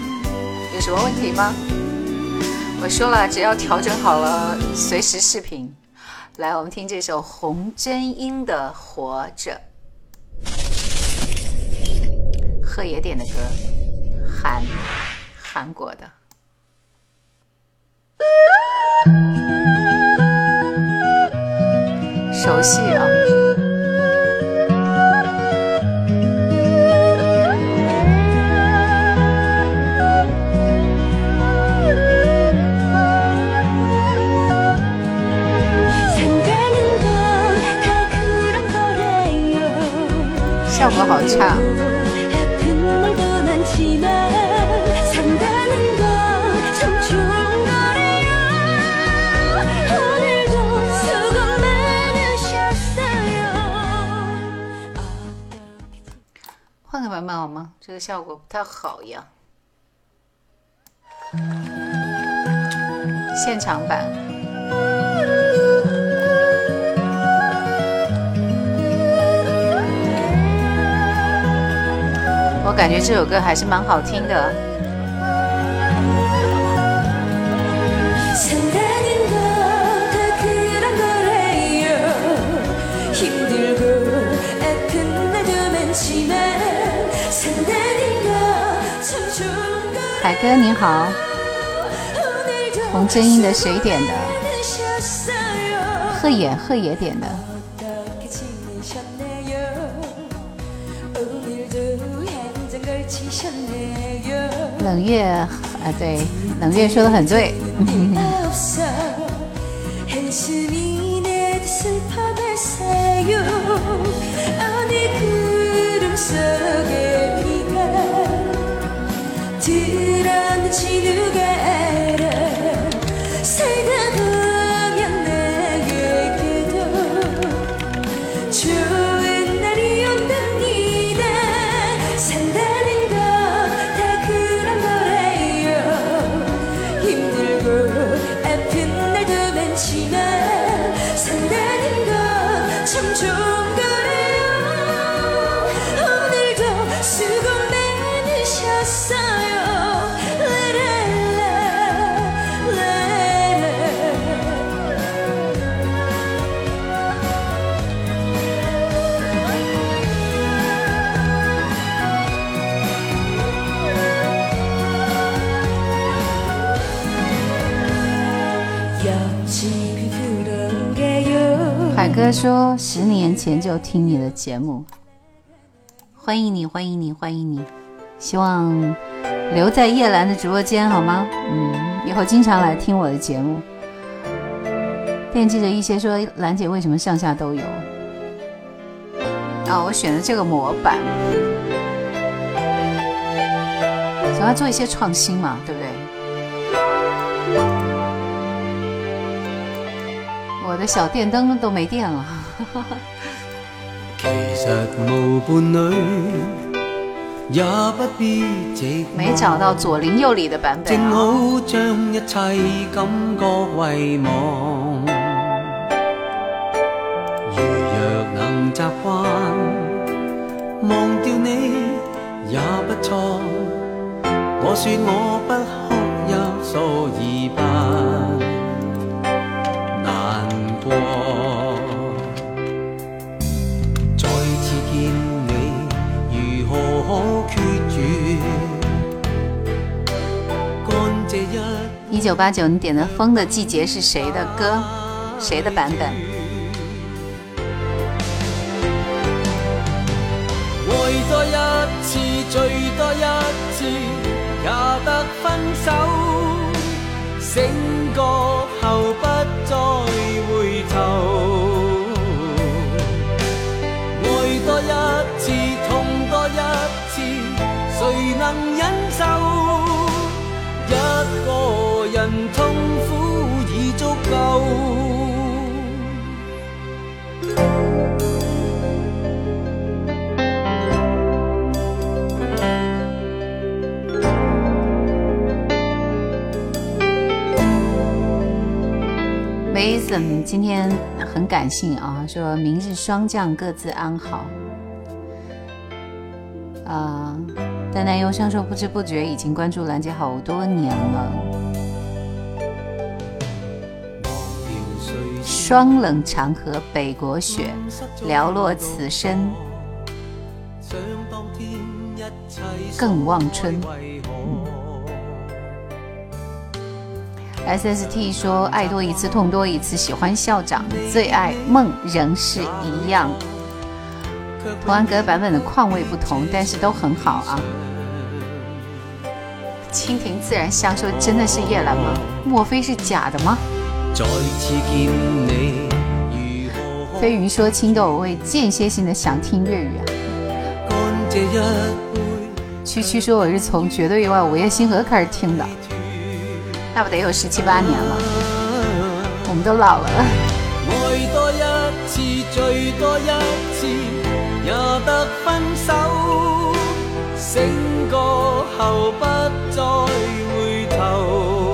什么问题吗？我说了，只要调整好了，随时视频。来，我们听这首洪真英的《活着》，贺野点的歌，韩韩国的。熟悉啊。效果好差。换个版本好吗？这个效果不太好呀。现场版。我感觉这首歌还是蛮好听的。海哥你好，洪真英的谁点的？贺野贺野点的。冷月啊，对，冷月說得很對。海哥说十年前就听你的节目，欢迎你欢迎你欢迎你，希望留在叶兰的直播间好吗？嗯，以后经常来听我的节目。惦记着一些说兰姐为什么上下都有啊？我选的这个模板总要做一些创新嘛，对不对？我的小电灯都没电了。其實無伴侶也不必寂寞，沒找到左鄰右里的版本、啊、正好將一切感覺遺忘。如若能習慣忘掉你也不錯，我說我不哭泣，所以不再次見你如何可決絕，乾這一一九八九你點的《風的季節》是誰的歌？誰的版本？愛多一次醉多一次也得分手，醒覺後不再回頭，愛多一次痛多一次誰能忍受，一個人痛苦已足夠。Mason 今天很感性啊，说明日霜降各自安好。啊、呃， 丹丹忧伤说不知不觉已经关注兰姐好多年了。霜冷长河北国雪，寥落此身更望春。嗯、S S T 说爱多一次痛多一次，喜欢校长，最爱梦仍是一样。童安格版本的况味不同，但是都很好啊。蜻蜓自然香说真的是叶兰吗？莫非是假的吗？再次见你，飞鱼说青豆我会间歇性的想听粤语啊。区区说我是从绝对意外午夜星河开始听的，那不得有十七八年了，我们都老了。爱多一次醉多一次也得分手，醒過後不再回頭，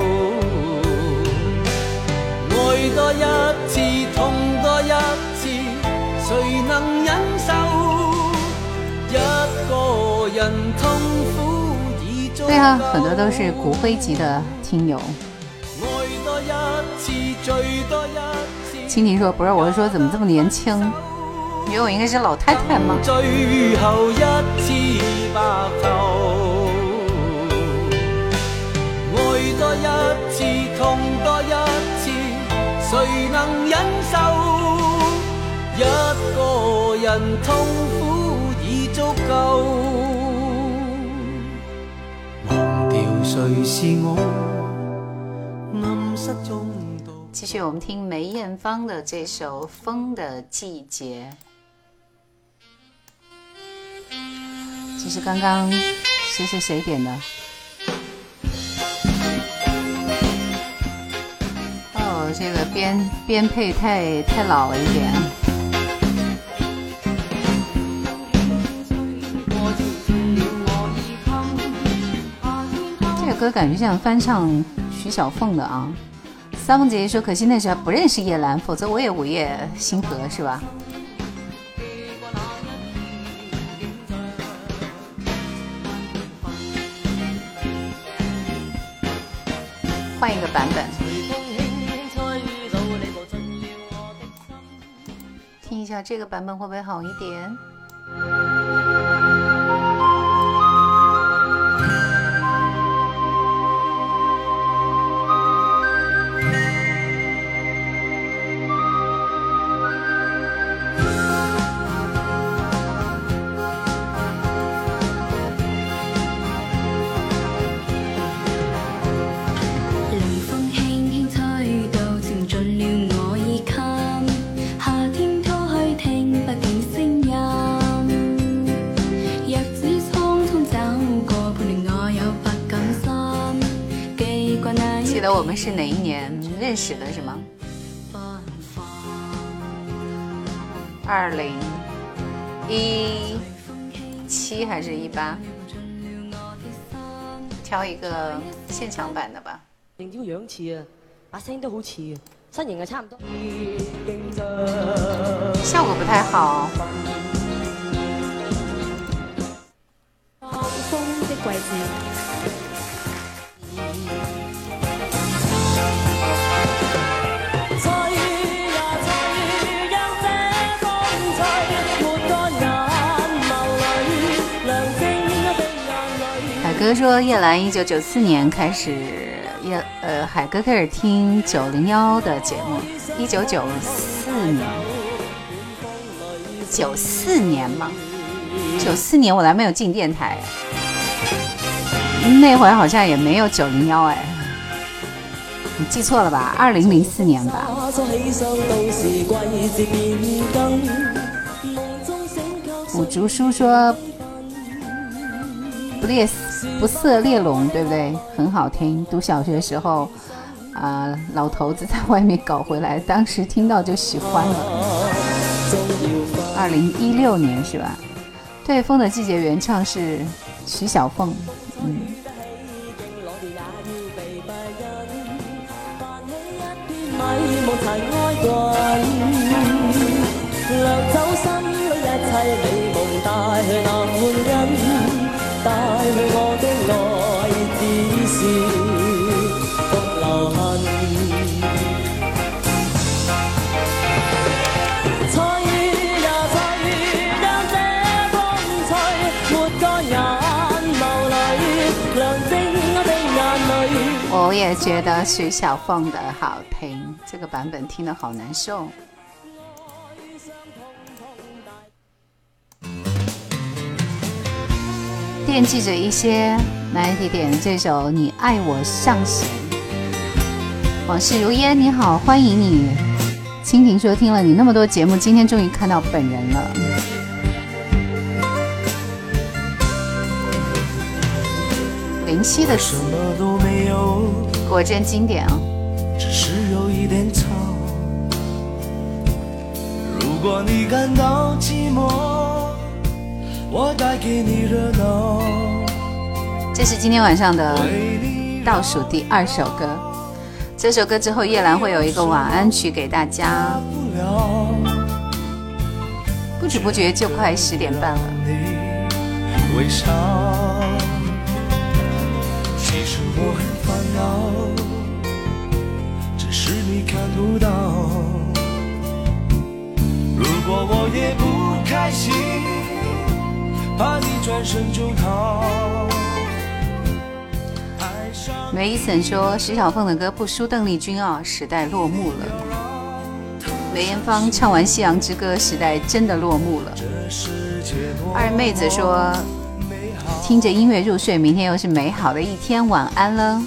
愛多一次痛多一次誰能忍受，一個人痛苦已足夠。對啊，很多都是骨灰級的聽友。愛多一次醉多一次。蜻蜓說不是，我是說怎麼這麼年輕，因為我應該是老太太嗎？最後一次白頭，愛多一次痛多一次誰能忍受，一個人痛苦已足夠，忘掉誰是我暗室中。繼續我們聽梅艷芳的這首《風的季節》，這是剛剛誰誰誰點的？哦，這個編編配太太老了一點。這個歌感覺像翻唱徐小鳳的啊。三鳳姐姐說可惜那時候不認識葉蘭，否則我也午夜星河是吧？換一個版本聽一下這個版本會不會好一點？記得我們是哪一年認識的是嗎？二零一七還是一八？挑一個現場版的吧。 定條樣似啊，把聲都好似啊，身形係差唔多。 效果不太好。 風的季節。 海哥說葉蘭一九九四年開始葉呃海哥開始聽九零幺的節目，一九九四年，九四年嘛，九四年我還沒有進電台，那會兒好像也沒有九零幺哎，你記錯了吧？二零零四年吧。五竹叔說不列不色列龙，對不對？很好聽。讀小學的時候，啊、呃，老頭子在外面搞回來，當時聽到就喜歡了。二零一六年是吧？對，《風的季節》原唱是徐小鳳。嗯。 我也觉得徐小凤的好听，这个版本听得好难受。惦记着一些，来点点这首《你爱我上神》。往事如烟，你好，欢迎你。蜻蜓说听了你那么多节目，今天终于看到本人了。林夕的词果真经典啊！ 只是有一点吵。如果你感到寂寞，我带给你热闹。 这是今天晚上的倒数第二首歌。这首歌之后，叶兰会有一个晚安曲给大家。不知不觉就快十点半了。 微笑。其实我很烦恼，只是你看不到。如果我也不开心，怕你转身就逃。 梅伊森说徐小凤的歌不输邓丽君啊，时代落幕了。梅艳芳唱完《夕阳之歌》，时代真的落幕了。二妹子说听着音乐入睡，明天又是美好的一天，晚安了。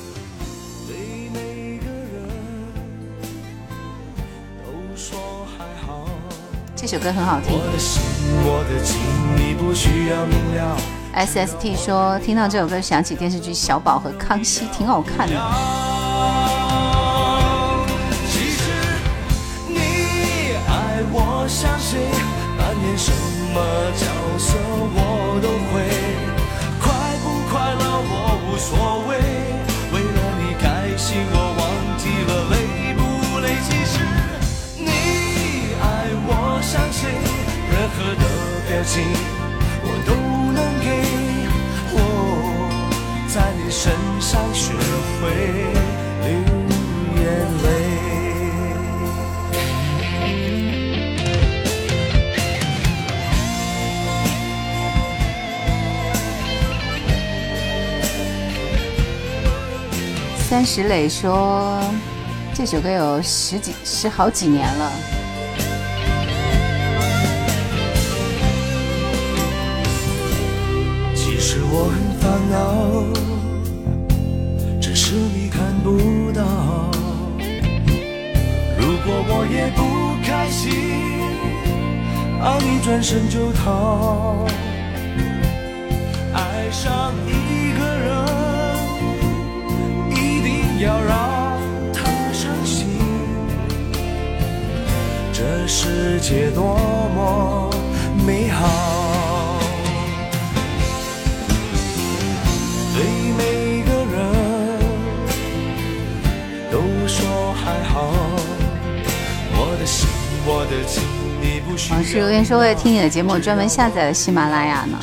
这首歌很好听。S S T 说听到这首歌想起电视剧《小宝》和《康熙》，挺好看的。 其实你爱我像谁，扮演什么角色我都会，快不快乐我无所谓，为了你开心我忘记了累不累。其实你爱我像谁，任何的表情我都能给，我在你身上学会流眼泪。 三十磊说这首歌有十几十好几年了。 其实我很烦恼，只是你看不到。如果我也不开心，啊你转身就逃。爱上一个人一定要让他伤心，这世界多么美好，对每个人都说还好，我的心我的情你不需要。 往事留言说为了听你的节目专门下载了喜马拉雅呢，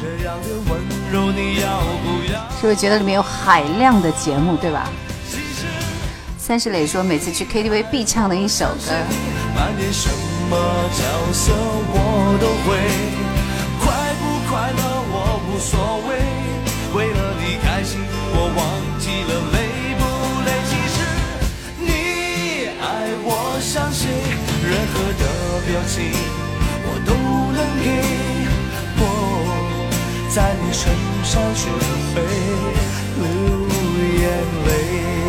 是不是觉得里面有海量的节目对吧？三十磊说每次去 K T V 必唱的一首歌， 扮演什么角色我都会，快不快乐我无所谓，为了你开心我忘记了累不累。其实你爱我像谁，任何的表情我都能给，我在你身上学会流眼泪。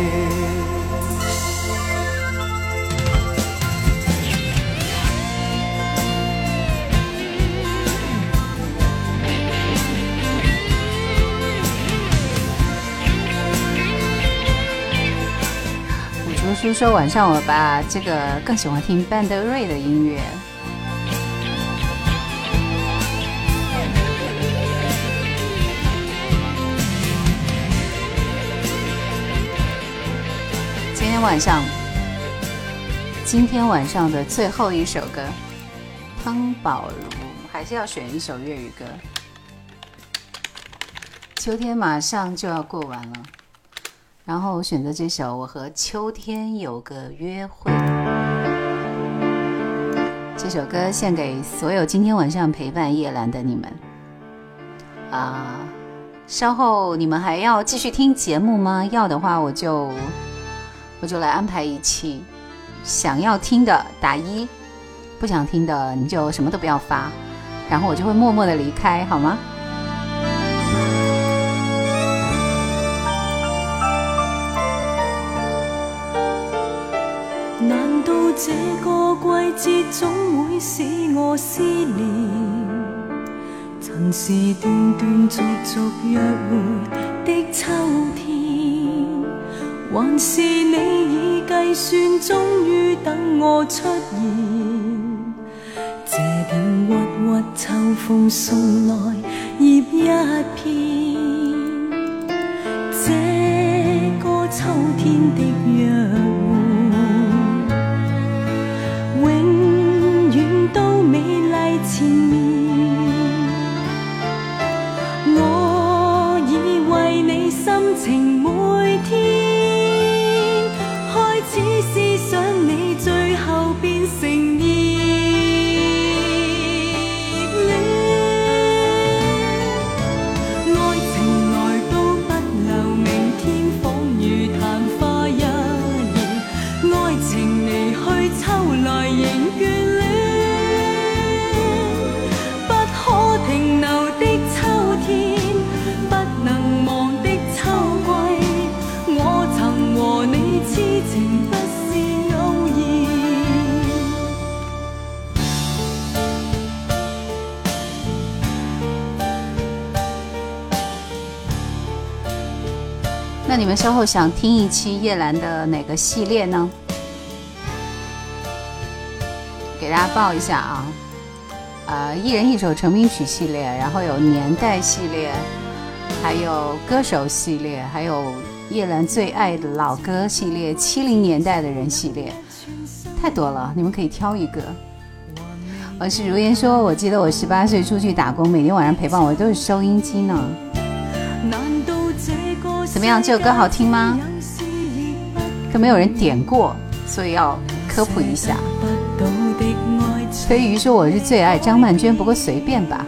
读书说晚上我把这个更喜欢听班德瑞的音乐。今天晚上今天晚上的最后一首歌，汤宝如还是要选一首粤语歌。秋天马上就要过完了，然后我选择这首《我和秋天有个约会》。这首歌献给所有今天晚上陪伴叶兰的你们啊！ 稍后你们还要继续听节目吗？要的话我就我就来安排一期，想要听的打一，不想听的你就什么都不要发，然后我就会默默的离开，好吗？ 難道這個季節總會使我思念？曾是斷斷續續約會的秋天，還是你已計算，終於等我出現？這點鬱鬱秋風送來葉一片，這個秋天的約會永遠都美麗纏綿，我已為你心情每天開始思想你，最後變成熱戀。愛情來到不留明天，仿如曇花一現，愛情離去秋來仍眷戀，不可停留的秋天，不能忘的秋季，我曾和你痴情不是偶然。 那你们稍后想听一期叶兰的哪个系列呢？给大家报一下啊，呃，一人一首成名曲系列，然后有年代系列，还有歌手系列，还有叶兰最爱的老歌系列，七零年代的人系列，太多了，你们可以挑一个。我是如言说，我记得我十八岁出去打工，每天晚上陪伴我都是收音机呢。怎么样，这首歌好听吗？可没有人点过，所以要科普一下。飞鱼说我是最爱张曼娟，不过随便吧。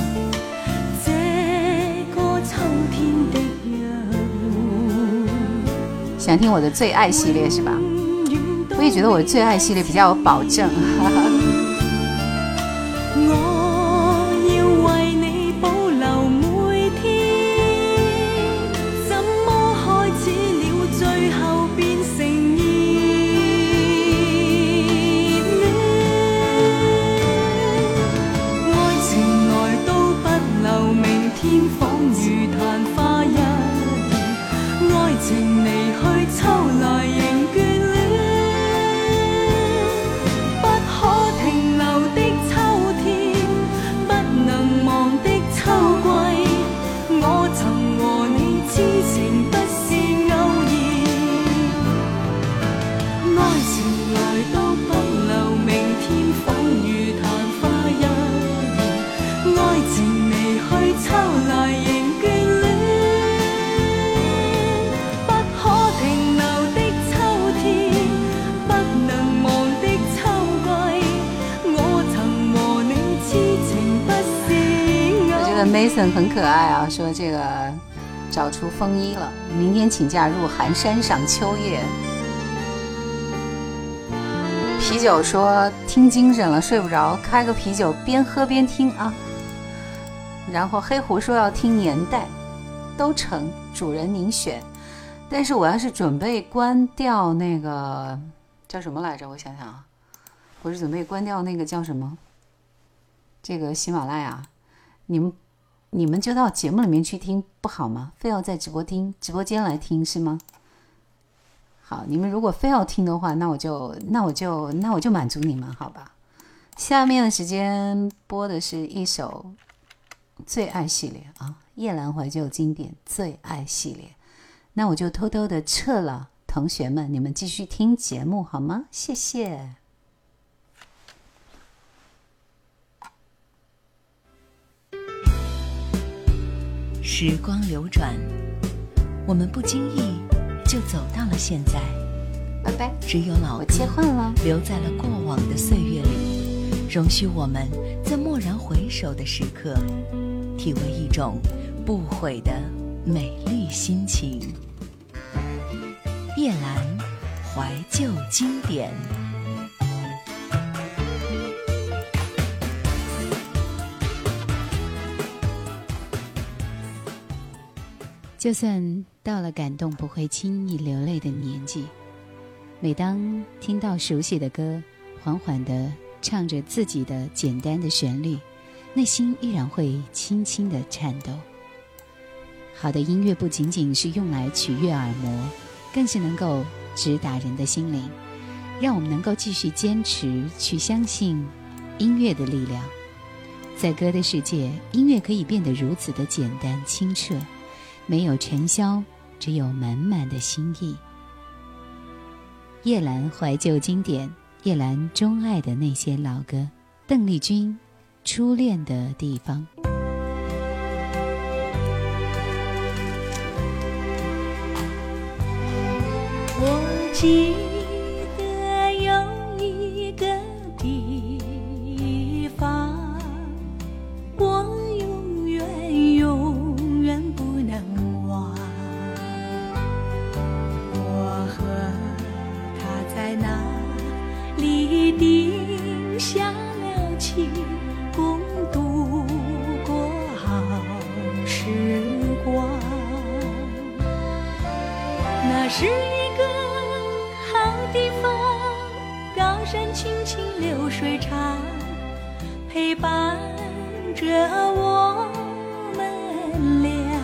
想听我的最爱系列是吧？我也觉得我的最爱系列比较有保证。Mason 很可爱啊，说这个找出风衣了，明天请假入寒山赏秋叶。啤酒说听精神了，睡不着，开个啤酒边喝边听啊。然后黑狐说要听年代，都成，主人您选。但是我要是准备关掉那个叫什么来着？我想想啊，我是准备关掉那个叫什么？这个喜马拉雅，你们。你们就到节目里面去听不好吗？非要在直播听直播间来听是吗？好，你们如果非要听的话，那我就那我就那我就满足你们，好吧？下面的时间播的是一首最爱系列啊，夜兰怀旧经典最爱系列。那我就偷偷的撤了，同学们，你们继续听节目好吗？谢谢。 时光流转，我们不经意就走到了现在。 拜拜。 只有老我切换了， 留在了过往的岁月里，容许我们在蓦然回首的时刻，体味一种不悔的美丽心情。叶澜怀旧经典。 就算到了感动不会轻易流泪的年纪，每当听到熟悉的歌缓缓地唱着自己的简单的旋律，内心依然会轻轻地颤抖。好的音乐不仅仅是用来取悦耳膜，更是能够直达人的心灵，让我们能够继续坚持去相信音乐的力量。在歌的世界，音乐可以变得如此的简单清澈，没有尘嚣，只有满满的心意。叶澜怀旧经典，叶澜钟爱的那些老歌，邓丽君初恋的地方。 我记得有一个地方，我永远永远不能忘。我和他在那里定下了情，共度过好时光。那是一个好地方，高山青青流水长，陪伴着我们俩。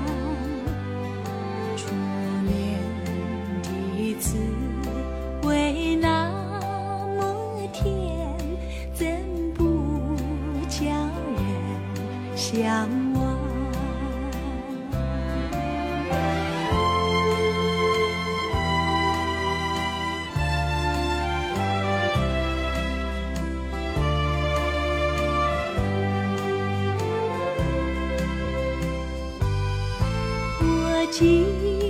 初恋的滋味那么甜，怎不叫人向往？记